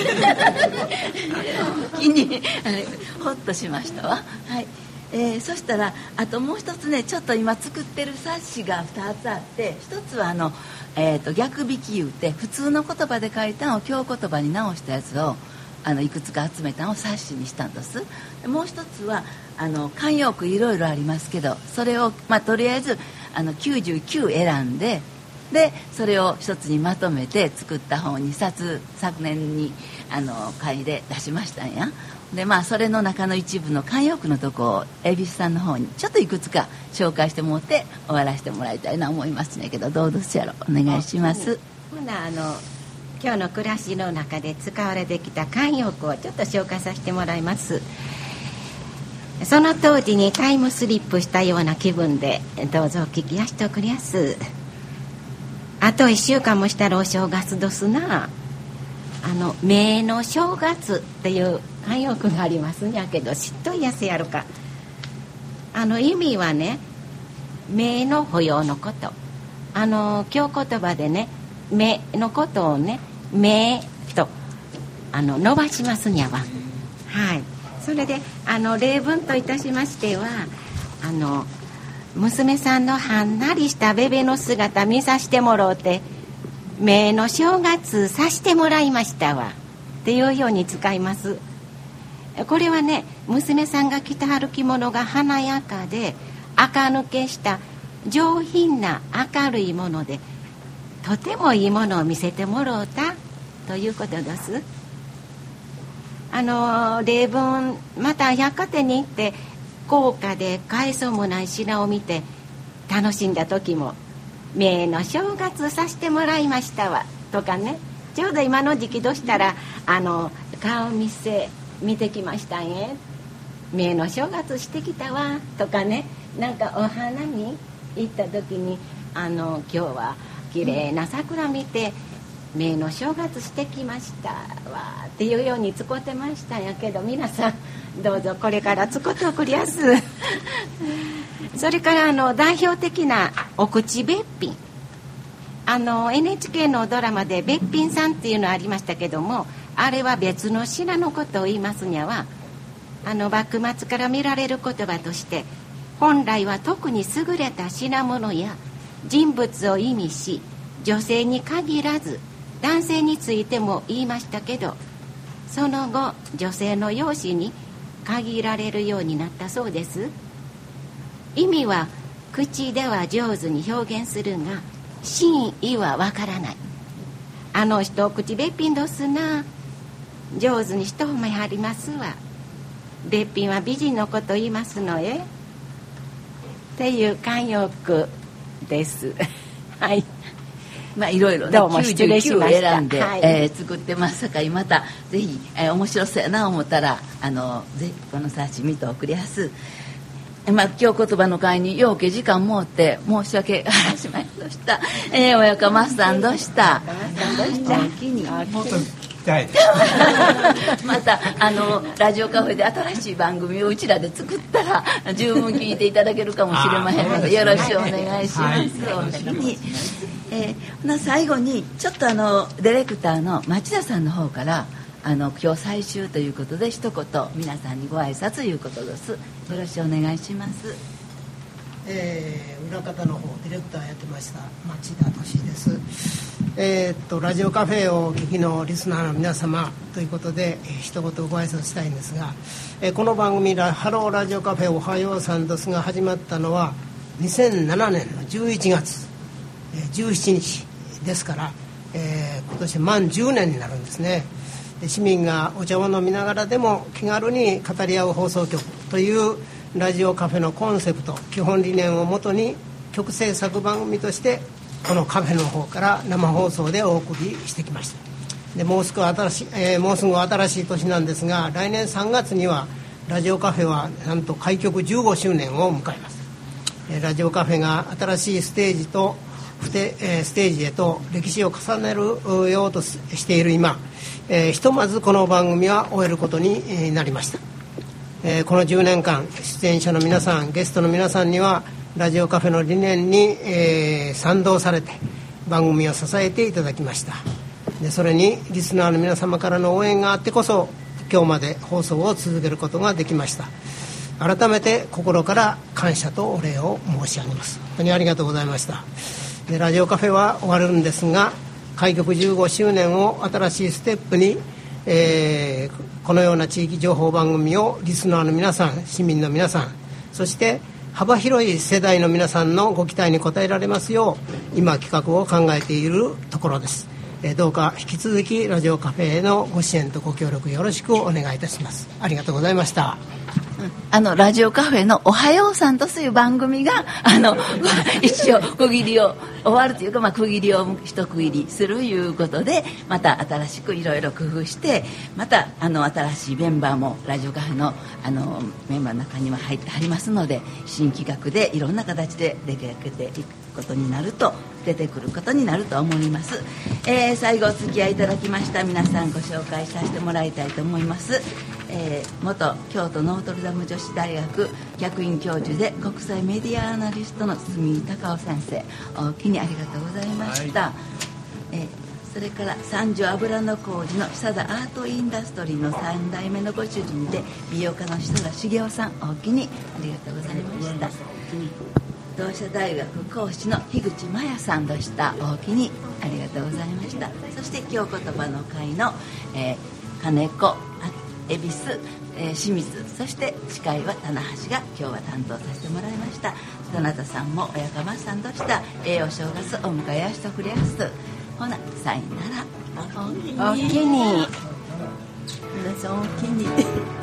気にほっとしましたわ。はい。そしたらあともう一つね、ちょっと今作ってる冊子が2つあって、一つは逆引き言うて普通の言葉で書いたのを京言葉に直したやつをいくつか集めたのを冊子にしたんです。もう一つは慣用句いろいろありますけど、それをとりあえず99選んで、それを一つにまとめて作った本を2冊昨年に会で出しましたんや。でそれの中の一部の慣用句のとこを恵比寿さんの方にちょっといくつか紹介してもらって終わらせてもらいたいな思いますねけど、どうですやろ。お願いします。 ほな今日の暮らしの中で使われてきた慣用句をちょっと紹介させてもらいます。その当時にタイムスリップしたような気分でどうぞお聞きやしておくりやす。あと1週間もしたらお正月どすな。 明の正月っていう慣用句がありますんやけど、知っといやせやるか。意味はね、明の保養のこと。京言葉でね、明のことをね、明と伸ばしますにゃわ。はい。それで例文といたしましては、娘さんのはんなりしたベベの姿見させてもろうて、明の正月さしてもらいましたわっていうように使います。これはね、娘さんが着てはる着物が華やかで垢抜けした上品な明るいもので、とてもいいものを見せてもろうたということです。例文、また百貨店に行って高価で買えそうもない品を見て楽しんだ時も、明の正月させてもらいましたわとかね、ちょうど今の時期としたら顔見せ見てきましたんえ、明の正月してきたわとかね、なんかお花見行った時に今日は綺麗な桜見て明の正月してきましたわっていうように使ってましたんやけど、皆さんどうぞこれから使っておくりやすそれから代表的なお口べっぴん、NHK のドラマでべっぴんさんっていうのありましたけども、あれは別の品のことを言いますにゃは、幕末から見られる言葉として、本来は特に優れた品物や人物を意味し、女性に限らず男性についても言いましたけど、その後女性の容姿に限られるようになったそうです。意味は口では上手に表現するが真意はわからない。あの人口べっぴんどすな、上手に一褒めはりますわ、べっぴんは美人のこと言いますのえっていう慣用句ですはいまあいろいろね、 どうも失礼しました。 99選んで、 はい作ってますさかい、またぜひ、面白そうやな思ったらぜひこの冊子見ておくりやす。今日言葉の会にようけ時間もって申し訳あらしまいとした。おやかまさんどした。お気にもっと聞きたいまたラジオカフェで新しい番組をうちらで作ったら十分聞いていただけるかもしれませんので、よろしくお願いします。お気に最後にちょっとディレクターの町田さんの方から今日最終ということで一言皆さんにご挨拶ということです。よろしくお願いします。 裏方の方ディレクターやってました町田俊です。ラジオカフェをお聞きのリスナーの皆様ということで、一言ご挨拶したいんですが、この番組ハローラジオカフェおはようさんですが始まったのは2007年の11月17日ですから、今年満10年になるんですね。で市民がお茶を飲みながらでも気軽に語り合う放送局というラジオカフェのコンセプト基本理念をもとに局制作番組としてこのカフェの方から生放送でお送りしてきました。でもうすぐ新しい年なんですが、来年3月にはラジオカフェはなんと開局15周年を迎えます。ラジオカフェが新しいステージへと歴史を重ねるようとしている今、ひとまずこの番組は終えることになりました。この10年間出演者の皆さんゲストの皆さんにはラジオカフェの理念に、賛同されて番組を支えていただきました。でそれにリスナーの皆様からの応援があってこそ今日まで放送を続けることができました。改めて心から感謝とお礼を申し上げます。本当にありがとうございました。でラジオカフェは終わるんですが、開局15周年を新しいステップに、このような地域情報番組をリスナーの皆さん、市民の皆さん、そして幅広い世代の皆さんのご期待に応えられますよう今企画を考えているところです。どうか引き続きラジオカフェへのご支援とご協力よろしくお願いいたします。ありがとうございました。 ラジオカフェのおはようさんという番組が一応区切りを終わるというか、区切りを一区切りするいうことで、また新しくいろいろ工夫して、また新しいメンバーもラジオカフェのメンバーの中には入ってはりますので、新企画でいろんな形で出かけてことになると出てくることになると思います。最後お付き合いいただきました皆さんご紹介させてもらいたいと思います。元京都ノートルダム女子大学客員教授で国際メディアアナリストの住井隆夫先生、おおきにありがとうございました。それから三条油の工事の久田アートインダストリーの3代目のご主人で美容家の久田茂雄さん、おおきにありがとうございました。同志社大学講師の樋口真也さんでした。おおきにありがとうございました。そして京言葉の会の、金子恵比寿、清水、そして司会は棚橋が今日は担当させてもらいました。どなたさんもおやかまさんとした栄養正月お迎えやしてくれやす。ほなさいなら。 おおきに。 皆さんおおきに。